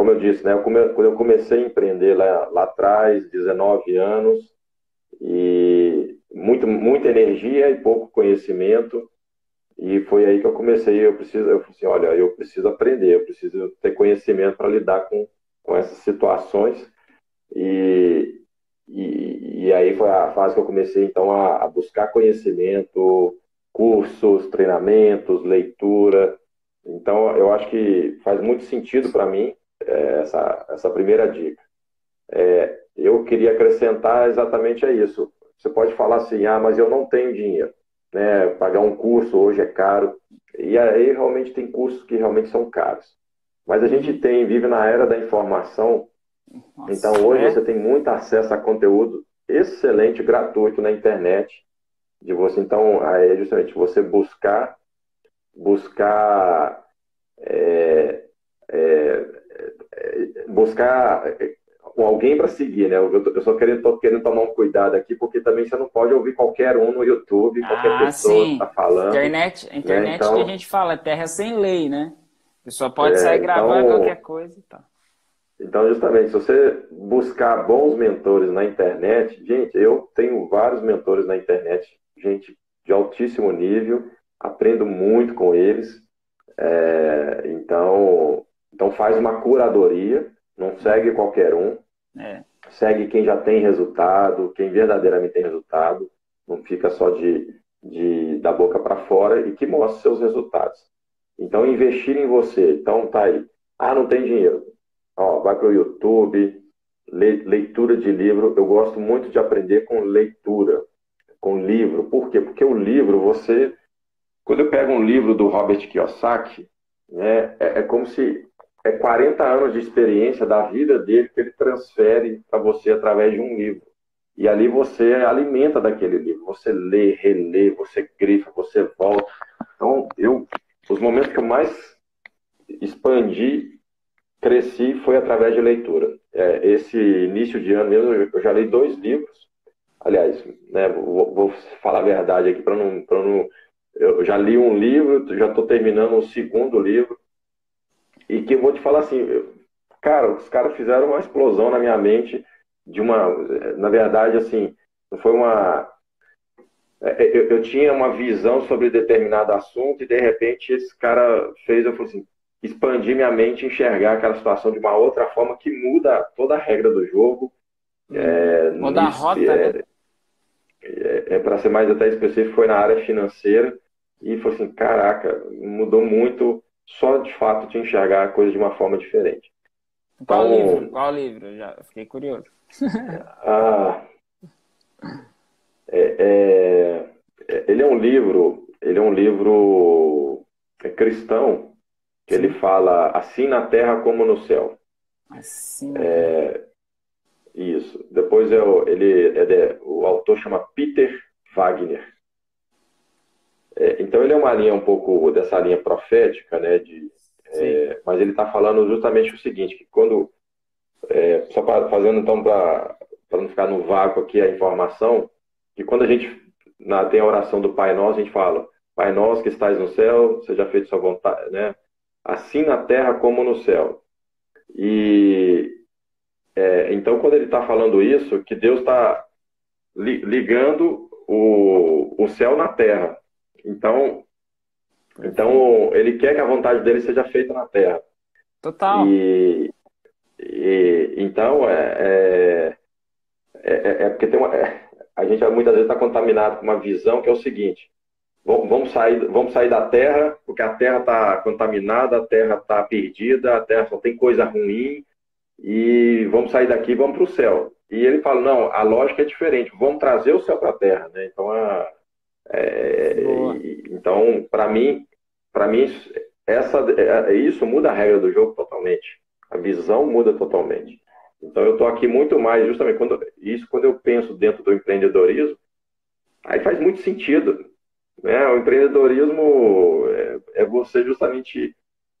como eu disse, né? Quando eu comecei a empreender lá atrás, 19 anos, e muita energia e pouco conhecimento, e foi aí que eu comecei. Eu falei assim, olha, eu preciso aprender, eu preciso ter conhecimento para lidar com essas situações, e, e aí foi a fase que eu comecei, então, a buscar conhecimento, cursos, treinamentos, leitura. Então, eu acho que faz muito sentido para mim essa primeira dica. Eu queria acrescentar exatamente a isso. Você pode falar assim, mas eu não tenho dinheiro, né? Pagar um curso hoje é caro. E aí realmente tem cursos que realmente são caros. Mas a gente vive na era da informação. Nossa, Então hoje você tem muito acesso a conteúdo excelente, gratuito na internet. De você, então, é justamente você buscar é, é, buscar alguém para seguir, né? Eu só tô querendo tomar um cuidado aqui, porque também você não pode ouvir qualquer um no YouTube, qualquer pessoa que está sim. falando, né? Internet que a Então, gente fala, é terra sem lei, né? A pessoa pode sair gravando qualquer coisa e tal. então, justamente, se você buscar bons mentores na internet, gente, eu tenho vários mentores na internet, gente de altíssimo nível, aprendo muito com eles. Então faz uma curadoria, não segue qualquer um, É. segue quem já tem resultado, quem verdadeiramente tem resultado, não fica só da boca para fora e que mostre seus resultados. Então, investir em você. Então, tá aí. Não tem dinheiro. Vai para o YouTube, leitura de livro. Eu gosto muito de aprender com leitura, com livro. Por quê? Porque o livro, quando eu pego um livro do Robert Kiyosaki, né, é como se 40 anos de experiência da vida dele que ele transfere para você através de um livro. E ali você alimenta daquele livro. Você lê, relê, você grifa, você volta. Então, os momentos que eu mais expandi, cresci, foi através de leitura. Esse início de ano mesmo, eu já li 2 livros. Aliás, né, vou falar a verdade aqui para não. Eu já li um livro, já estou terminando o segundo livro. E que eu vou te falar assim, cara, os caras fizeram uma explosão na minha mente na verdade, assim, não foi eu tinha uma visão sobre determinado assunto e de repente esse cara eu falei assim, expandir minha mente, enxergar aquela situação de uma outra forma que muda toda a regra do jogo. Muda a rota, né? Para ser mais até específico, foi na área financeira e foi assim, caraca, mudou muito só de fato de enxergar a coisa de uma forma diferente. Qual Então, livro? Qual livro? Já fiquei curioso. Ele é um livro cristão que Sim. ele fala assim na terra como no céu. Assim. Isso. Depois o autor chama Peter Wagner. Então ele é uma linha um pouco dessa linha profética, né? Mas ele está falando justamente o seguinte, que quando só fazendo então para não ficar no vácuo aqui a informação, que quando a gente tem a oração do Pai Nosso, a gente fala, Pai Nosso que estais no céu, seja feito sua vontade, né? Assim na terra como no céu. E então quando ele está falando isso, que Deus está ligando o céu na terra. Então ele quer que a vontade dele seja feita na terra. Total. Então porque a gente muitas vezes está contaminado com uma visão que é o seguinte: vamos sair da Terra, porque a Terra está contaminada, a Terra está perdida, a Terra só tem coisa ruim, e vamos sair daqui e vamos para o céu. E ele fala, não, a lógica é diferente, vamos trazer o céu para a Terra. Né? Então, para mim isso muda a regra do jogo totalmente. A visão muda totalmente. Então, eu estou aqui muito mais, justamente, quando eu penso dentro do empreendedorismo, aí faz muito sentido. Né? O empreendedorismo é você justamente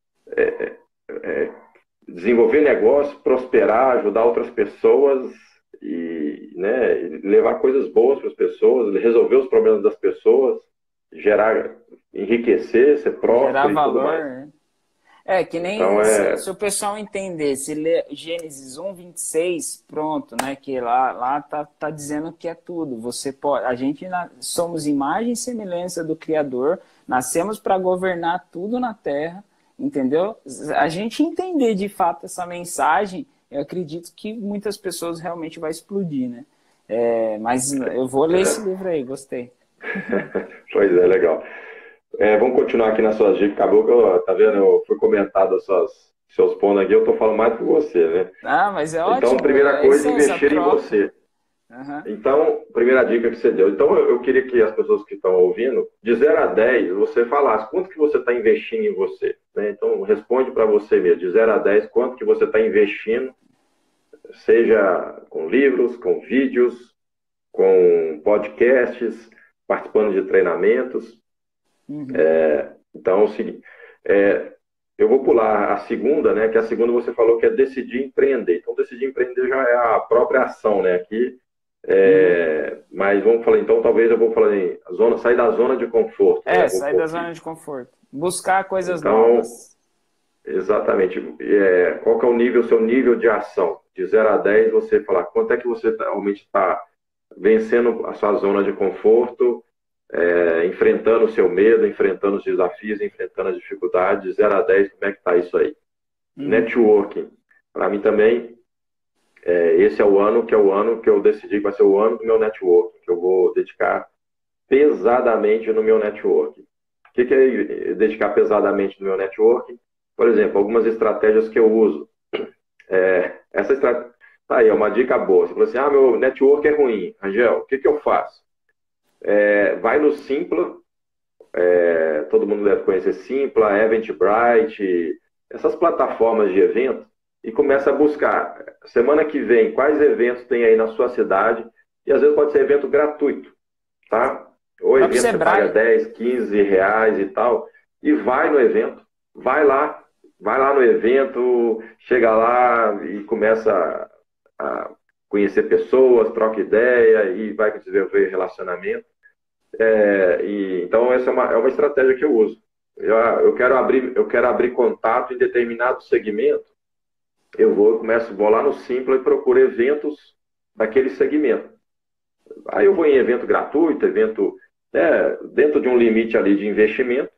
desenvolver negócio, prosperar, ajudar outras pessoas e, né, levar coisas boas para as pessoas, resolver os problemas das pessoas, enriquecer, ser próspero gerar e tudo valor, mais. né? É, que nem Então, se o pessoal entender, se ler Gênesis 1:26, pronto, né? Que lá tá dizendo que é tudo. Você pode, a gente somos imagem e semelhança do Criador, nascemos para governar tudo na terra, entendeu? A gente entender de fato essa mensagem, eu acredito que muitas pessoas realmente vai explodir, né? Mas eu vou ler esse livro aí, gostei. pois é, legal. Vamos continuar aqui nas suas dicas. Acabou que tá vendo? Eu fui comentado seus pontos aqui, eu tô falando mais que você, né? Ah, mas é Então, ótimo, primeira é isso coisa, aí, essa investir em troca. você. Uhum. Então, primeira dica que você deu. Então, eu queria que as pessoas que estão ouvindo, de 0 a 10, você falasse quanto que você está investindo em você. Né? Então, responde para você mesmo, de 0 a 10, quanto que você está investindo, seja com livros, com vídeos, com podcasts, participando de treinamentos. Uhum. Então, é o seguinte, eu vou pular a segunda, né? Que a segunda você falou que é decidir empreender. Então, decidir empreender já é a própria ação, né? Aqui, Uhum. mas vamos falar, então, talvez eu vou falar em sair da zona de conforto, né? Vou Sair pôr da aqui. zona de conforto. Buscar coisas Então, novas. exatamente. Qual que é o seu nível de ação? De 0 a 10, você falar quanto é que você realmente está vencendo a sua zona de conforto, enfrentando o seu medo, enfrentando os desafios, enfrentando as dificuldades. De 0 a 10, como é que está isso aí? Uhum. Networking. Para mim também, esse é o ano que eu decidi que vai ser o ano do meu networking, que eu vou dedicar pesadamente no meu networking. O que é dedicar pesadamente no meu networking? Por exemplo, algumas estratégias que eu uso. Essa estratégia, tá aí, é uma dica boa. Você falou assim, meu network é ruim. Angel, o que eu faço? Vai no Simpla, todo mundo deve conhecer Simpla, Eventbrite, essas plataformas de evento, e começa a buscar, semana que vem, quais eventos tem aí na sua cidade, e às vezes pode ser evento gratuito, tá? O Ou próprio evento você paga Sebrae. 10, 15 reais e tal, e vai no evento, vai lá no evento, chega lá e começa a conhecer pessoas, troca ideia e vai desenvolver relacionamento. Então, essa é uma estratégia que eu uso. Eu quero abrir contato em determinado segmento, vou lá no Simpla e procuro eventos daquele segmento. Aí eu vou em evento gratuito, dentro de um limite ali de investimento,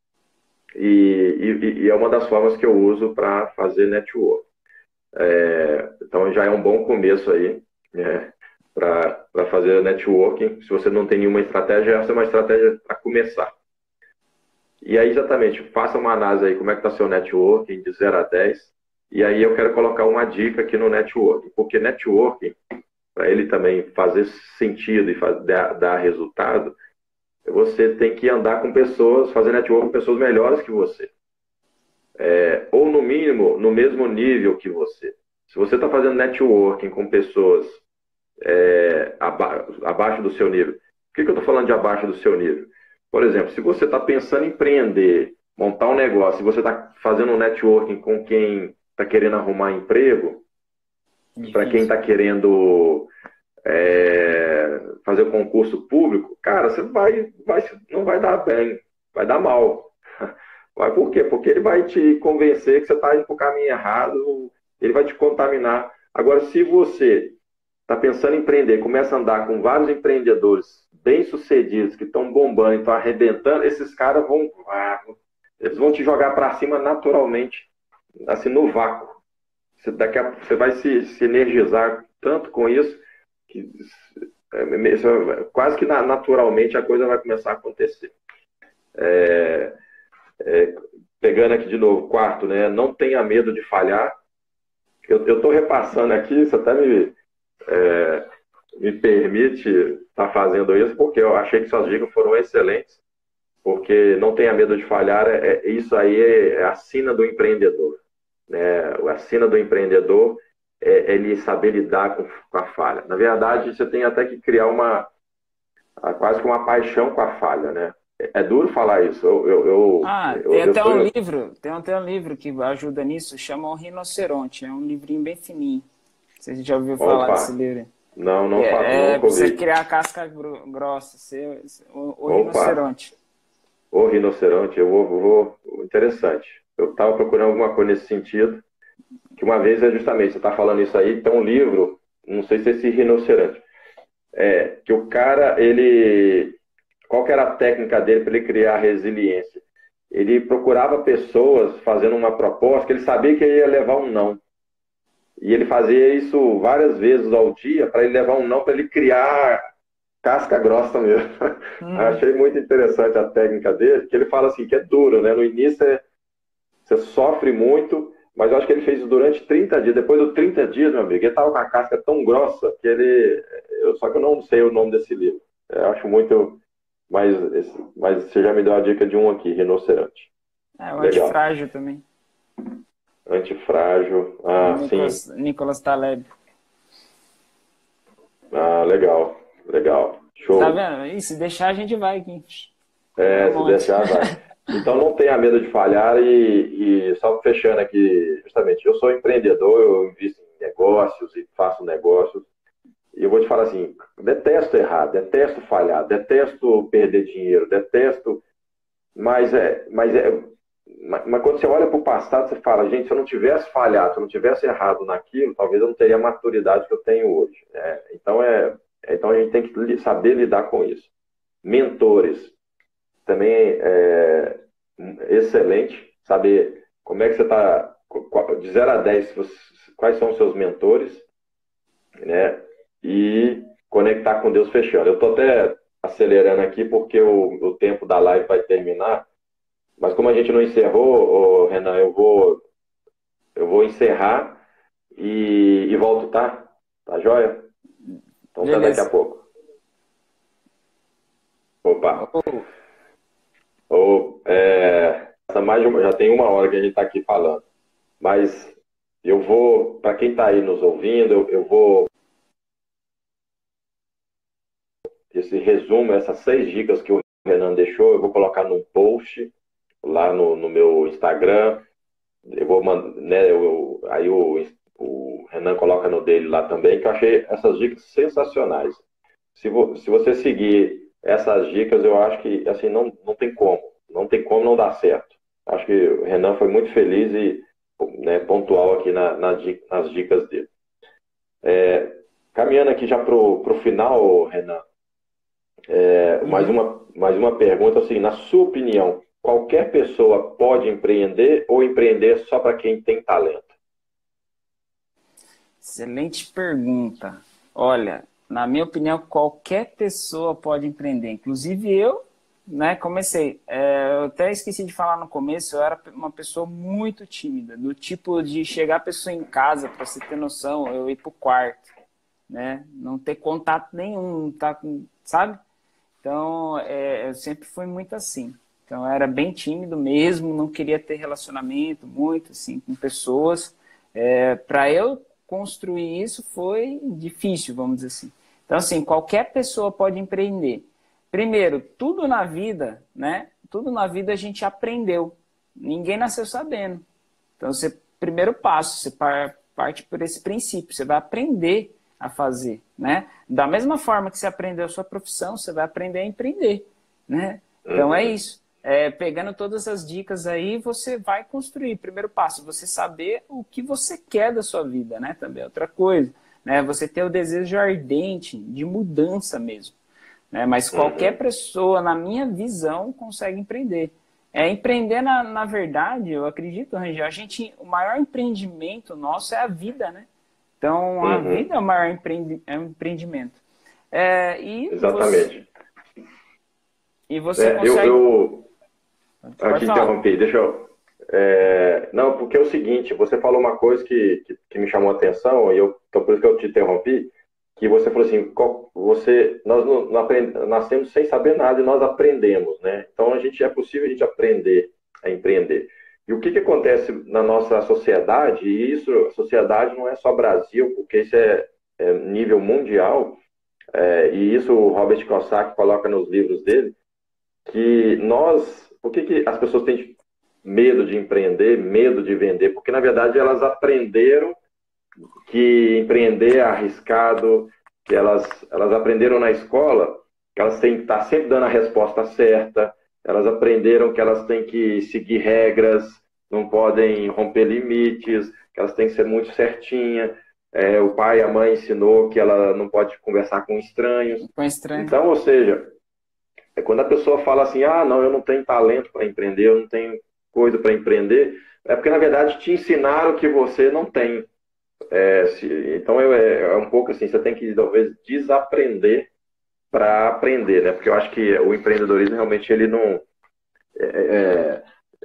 e é uma das formas que eu uso para fazer network. Então já é um bom começo aí, né, para fazer networking. Se você não tem nenhuma estratégia, essa é uma estratégia para começar. E aí, exatamente, faça uma análise aí, como é que está seu networking de 0 a 10. E aí eu quero colocar uma dica aqui no networking, porque networking, para ele também fazer sentido e dar resultado, você tem que andar com pessoas, fazer networking com pessoas melhores que você. Ou no mínimo, no mesmo nível que você. Se você está fazendo networking com pessoas abaixo do seu nível, por que eu estou falando de abaixo do seu nível? Por exemplo, se você está pensando em empreender, montar um negócio, se você está fazendo um networking com quem está querendo arrumar emprego, para quem Difícil. está querendo fazer o concurso público, cara, você não vai dar bem, vai dar mal. Mas por quê? Porque ele vai te convencer que você está indo para o caminho errado, ele vai te contaminar. Agora, se você está pensando em empreender, começa a andar com vários empreendedores bem-sucedidos, que estão bombando, estão arrebentando, esses caras eles vão te jogar para cima naturalmente, assim, no vácuo. Você vai se energizar tanto com isso, que quase que naturalmente a coisa vai começar a acontecer. Pegando aqui de novo, quarto, né? Não tenha medo de falhar. Eu estou repassando aqui, isso até me permite estar fazendo isso, porque eu achei que suas dicas foram excelentes, porque não tenha medo de falhar, isso aí é a sina do empreendedor. Né? A sina do empreendedor é ele saber lidar com a falha. Na verdade, você tem até que criar quase que uma paixão com a falha, né? É duro falar isso. Tem Eu até sou. um livro, que ajuda nisso, chama O Rinoceronte. É um livrinho bem fininho. Você já ouviu falar desse Opa, livro? não, É nunca pra você ouvi. criar a casca grossa, o Opa, rinoceronte. o rinoceronte, interessante. eu estava procurando alguma coisa nesse sentido, que uma vez é justamente, você está falando isso aí, tem um livro, não sei se é esse Rinoceronte, que o cara, qual que era a técnica dele para ele criar resiliência? Ele procurava pessoas fazendo uma proposta que ele sabia que ia levar um não. E ele fazia isso várias vezes ao dia para ele levar um não, para ele criar casca grossa mesmo. Achei muito interessante a técnica dele, que ele fala assim, que é duro, né? No início você sofre muito, mas eu acho que ele fez isso durante 30 dias. Depois dos 30 dias, meu amigo, ele estava com a casca tão grossa que só que eu não sei o nome desse livro. Eu acho muito... Mas você já me deu a dica de um aqui, Rinoceronte. O Antifrágil também. Antifrágil. Sim. Nicolas Taleb. Legal. Legal. Show. Tá vendo? E se deixar, a gente vai aqui. Se deixar, vai. Então não tenha medo de falhar e só fechando aqui, justamente, eu sou empreendedor, eu invisto em negócios e faço negócios. E eu vou te falar assim, detesto errar, detesto falhar, detesto perder dinheiro, detesto... Mas quando você olha para o passado, você fala, gente, se eu não tivesse falhado, se eu não tivesse errado naquilo, talvez eu não teria a maturidade que eu tenho hoje. Então a gente tem que saber lidar com isso. Mentores. Também é excelente saber como é que você está, de 0 a 10, quais são os seus mentores, né? E conectar com Deus fechando. Eu estou até acelerando aqui porque o tempo da live vai terminar, mas como a gente não encerrou, Renan, eu vou encerrar e volto, tá? Tá joia? Então até daqui a pouco. Opa! Já tem 1 hora que a gente está aqui falando, mas eu vou, para quem está aí nos ouvindo, eu vou esse resumo, essas 6 dicas que o Renan deixou, eu vou colocar num post lá no meu Instagram. Eu vou mandar, né, aí o Renan coloca no dele lá também, que eu achei essas dicas sensacionais. Se você seguir essas dicas, eu acho que assim não tem como não dar certo. Acho que o Renan foi muito feliz e, né, pontual aqui nas dicas dele. Caminhando aqui já para o final, Renan, mais uma pergunta, assim, na sua opinião, qualquer pessoa pode empreender ou empreender só para quem tem talento? Excelente pergunta. Olha, na minha opinião, qualquer pessoa pode empreender. Inclusive eu, né, comecei. Eu até esqueci de falar no começo, eu era uma pessoa muito tímida, do tipo de chegar a pessoa em casa, para você ter noção, eu ir pro quarto, né, não ter contato nenhum, sabe? Então, eu sempre fui muito assim. Então, eu era bem tímido mesmo, não queria ter relacionamento muito, assim, com pessoas. Para eu construir isso foi difícil, vamos dizer assim. Então, assim, qualquer pessoa pode empreender. Primeiro, tudo na vida, né? Tudo na vida a gente aprendeu. Ninguém nasceu sabendo. Então, primeiro passo, você parte por esse princípio. Você vai aprender a fazer, né? Da mesma forma que você aprendeu a sua profissão, você vai aprender a empreender, né? Então, é isso. Pegando todas as dicas aí, você vai construir. Primeiro passo, você saber o que você quer da sua vida, né? Também é outra coisa, né? Você ter o desejo ardente de mudança mesmo, né? Mas qualquer pessoa, na minha visão, consegue empreender. Empreender, na verdade, eu acredito, Rangel, o maior empreendimento nosso é a vida, né? Então, a vida é o maior empreendimento. Exatamente. E você consegue... Aqui interrompi, deixa eu... Não, porque é o seguinte, você falou uma coisa que me chamou a atenção, então por isso que eu te interrompi, que você falou assim, nós não nascemos sem saber nada e nós aprendemos, né? Então é possível a gente aprender a empreender. E o que acontece na nossa sociedade, e isso, a sociedade não é só Brasil, porque isso é nível mundial, e isso o Robert Kiyosaki coloca nos livros dele, que por que as pessoas têm medo de empreender, medo de vender? Porque, na verdade, elas aprenderam que empreender é arriscado, que elas aprenderam na escola que elas têm que estar sempre dando a resposta certa, elas aprenderam que elas têm que seguir regras, não podem romper limites, que elas têm que ser muito certinhas. O pai e a mãe ensinou que ela não pode conversar com estranhos. Com estranho. Então, ou seja, quando a pessoa fala assim, ah, não, eu não tenho talento para empreender, eu não tenho coisa para empreender, é porque, na verdade, te ensinaram que você não tem. Então, é um pouco assim, você tem que, talvez, desaprender para aprender, né? Porque eu acho que o empreendedorismo, realmente, ele não... é,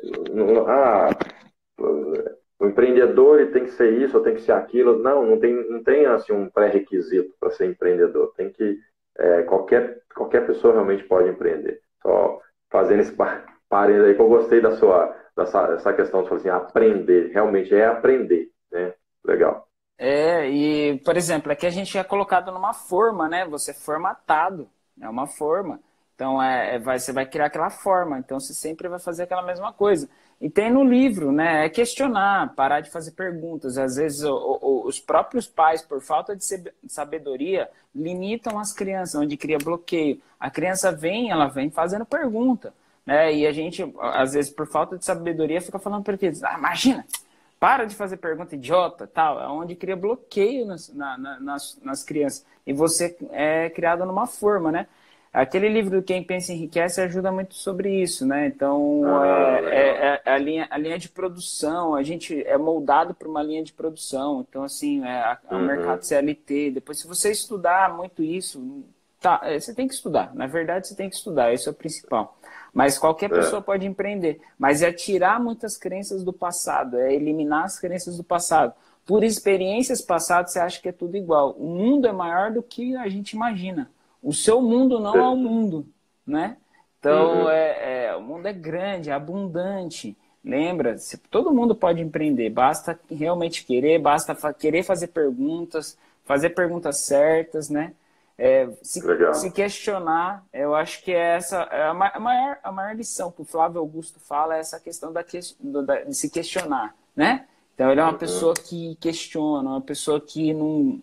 o empreendedor ele tem que ser isso, ou tem que ser aquilo. Não, não tem assim, um pré-requisito para ser empreendedor. Tem que... qualquer pessoa realmente pode empreender. Só fazendo esse parênteses aí, que eu gostei dessa questão de falar assim, aprender. Realmente é aprender, né? Legal. E, por exemplo, aqui a gente é colocado numa forma, né? Você é formatado, é uma forma. Então, você vai criar aquela forma, então você sempre vai fazer aquela mesma coisa. E tem no livro, né? É questionar, parar de fazer perguntas. Às vezes, os próprios pais, por falta de sabedoria, limitam as crianças, onde cria bloqueio. A criança ela vem fazendo pergunta, né? E a gente, às vezes, por falta de sabedoria, fica falando para eles, imagina, para de fazer pergunta idiota, tal. É onde cria bloqueio nas crianças. E você é criado numa forma, né? Aquele livro do Quem Pensa Enriquece ajuda muito sobre isso, né? Então, a linha de produção, a gente é moldado por uma linha de produção. Então, assim, o mercado CLT. Depois, se você estudar muito isso, você tem que estudar. Na verdade, você tem que estudar, isso é o principal. Mas qualquer pessoa pode empreender. Mas é tirar muitas crenças do passado, é eliminar as crenças do passado. Por experiências passadas, você acha que é tudo igual. O mundo é maior do que a gente imagina. O seu mundo não é o mundo, né? Então, o mundo é grande, é abundante. Lembra? Todo mundo pode empreender. Basta realmente querer, basta querer fazer perguntas certas, né? Se questionar, eu acho que essa é a maior lição que o Flávio Augusto fala, é essa questão de se questionar, né? Então, ele é uma pessoa que questiona, uma pessoa que não...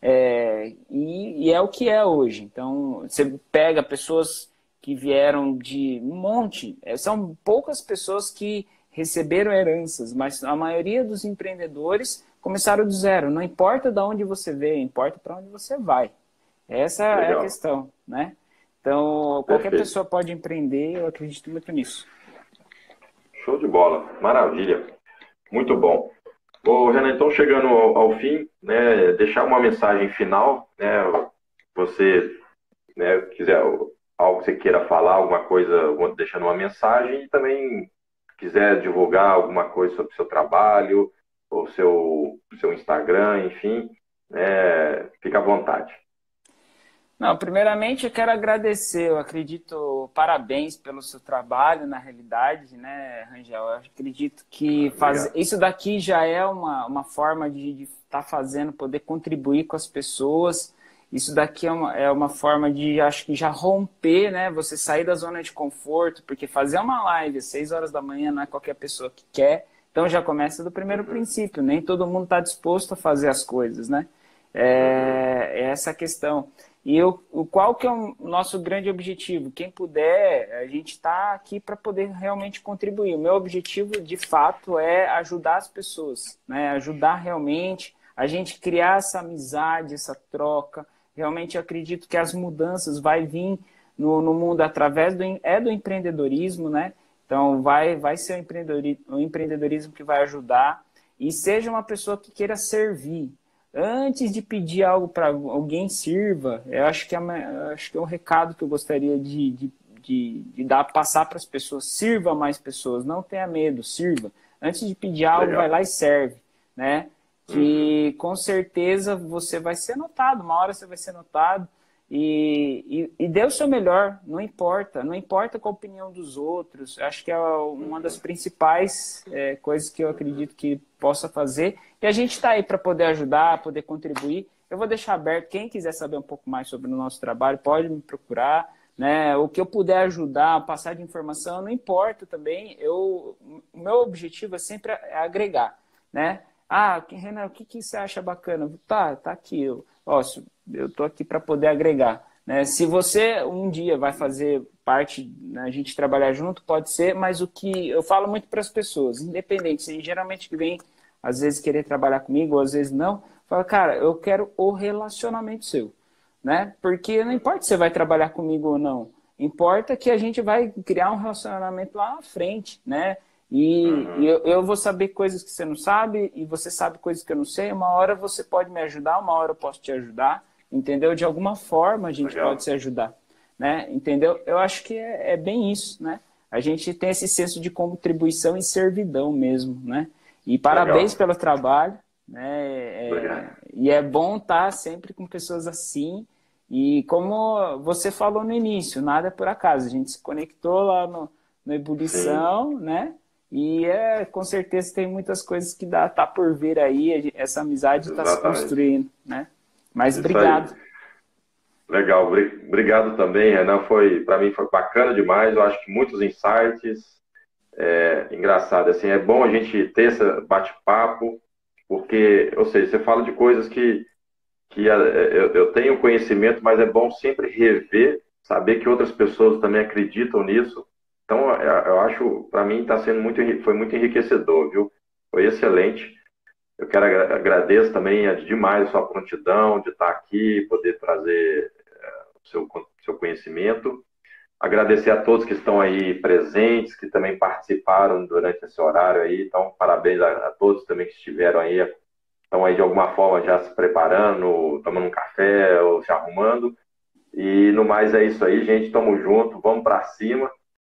e é o que é hoje. Então, você pega pessoas que vieram de um monte, são poucas pessoas que receberam heranças, mas a maioria dos empreendedores começaram do zero. Não importa de onde você veio, importa para onde você vai. Essa é a questão, né? Então, qualquer pessoa pode empreender, eu acredito muito nisso. Show de bola, maravilha, muito bom. Ô, Renan, então chegando ao fim, né, deixar uma mensagem final, né, você, né, quiser algo que você queira falar, alguma coisa, deixando uma mensagem, e também quiser divulgar alguma coisa sobre o seu trabalho, ou seu Instagram, enfim, né, fica à vontade. Não, primeiramente eu quero agradecer, eu acredito, parabéns pelo seu trabalho, na realidade, né, Rangel? Eu acredito que isso daqui já é uma forma de estar fazendo, poder contribuir com as pessoas. Isso daqui é uma forma de, acho que já romper, né? Você sair da zona de conforto, porque fazer uma live às 6 horas da manhã não é qualquer pessoa que quer. Então já começa do primeiro princípio, nem todo mundo está disposto a fazer as coisas, né? É essa a questão. E qual que é o nosso grande objetivo? Quem puder, a gente está aqui para poder realmente contribuir. O meu objetivo, de fato, é ajudar as pessoas, né? Ajudar realmente a gente criar essa amizade, essa troca. Realmente eu acredito que as mudanças vai vir no mundo através do empreendedorismo, né? Então vai ser o empreendedorismo que vai ajudar. E seja uma pessoa que queira servir. Antes de pedir algo para alguém, sirva. Eu acho que é um recado que eu gostaria de dar, passar para as pessoas. Sirva mais pessoas, não tenha medo, sirva. Antes de pedir algo, vai lá e serve, né? Que com certeza você vai ser notado, uma hora você vai ser notado. E dê o seu melhor, não importa com a opinião dos outros. Acho que é uma das principais coisas que eu acredito que possa fazer. E a gente está aí para poder ajudar, poder contribuir. Eu vou deixar aberto, quem quiser saber um pouco mais sobre o nosso trabalho, pode me procurar, né? O que eu puder ajudar, passar de informação, não importa também. O meu objetivo é sempre agregar, né? Renan, o que você acha bacana? Tá aqui. Eu estou aqui para poder agregar. né? Se você um dia vai fazer parte, né, a gente trabalhar junto, pode ser, mas o que eu falo muito para as pessoas, independente, se geralmente que vem, às vezes querer trabalhar comigo, ou às vezes não, fala, cara, eu quero o relacionamento seu, né? Porque não importa se você vai trabalhar comigo ou não, importa que a gente vai criar um relacionamento lá na frente, né? E Uhum. eu vou saber coisas que você não sabe, e você sabe coisas que eu não sei. Uma hora você pode me ajudar, uma hora eu posso te ajudar, entendeu? De alguma forma a gente pode Legal, se ajudar, né? Entendeu? Eu acho que é bem isso, né? A gente tem esse senso de contribuição e servidão mesmo, né? E parabéns legal. pelo trabalho, né? Obrigado. E é bom estar sempre com pessoas assim. E como você falou no início, nada é por acaso. A gente se conectou lá no Sim, Ebulição, né? E com certeza tem muitas coisas que tá por vir aí. Essa amizade está se exatamente. construindo, né? Mas Isso aí. obrigado. Legal, obrigado também, Renan. Para mim foi bacana demais. Eu acho que muitos insights. Engraçado, assim, é bom a gente ter esse bate-papo, porque, ou seja, você fala de coisas que eu tenho conhecimento, mas é bom sempre rever, saber que outras pessoas também acreditam nisso. Então, eu acho, para mim, está sendo foi muito enriquecedor, viu? Foi excelente. Eu quero agradeço também demais a sua prontidão de estar aqui, poder trazer o seu conhecimento. Agradecer a todos que estão aí presentes, que também participaram durante esse horário aí. Então, parabéns a todos também que estiveram aí, estão aí de alguma forma já se preparando, tomando um café ou se arrumando. E no mais é isso aí, gente. Tamo junto, vamos para cima.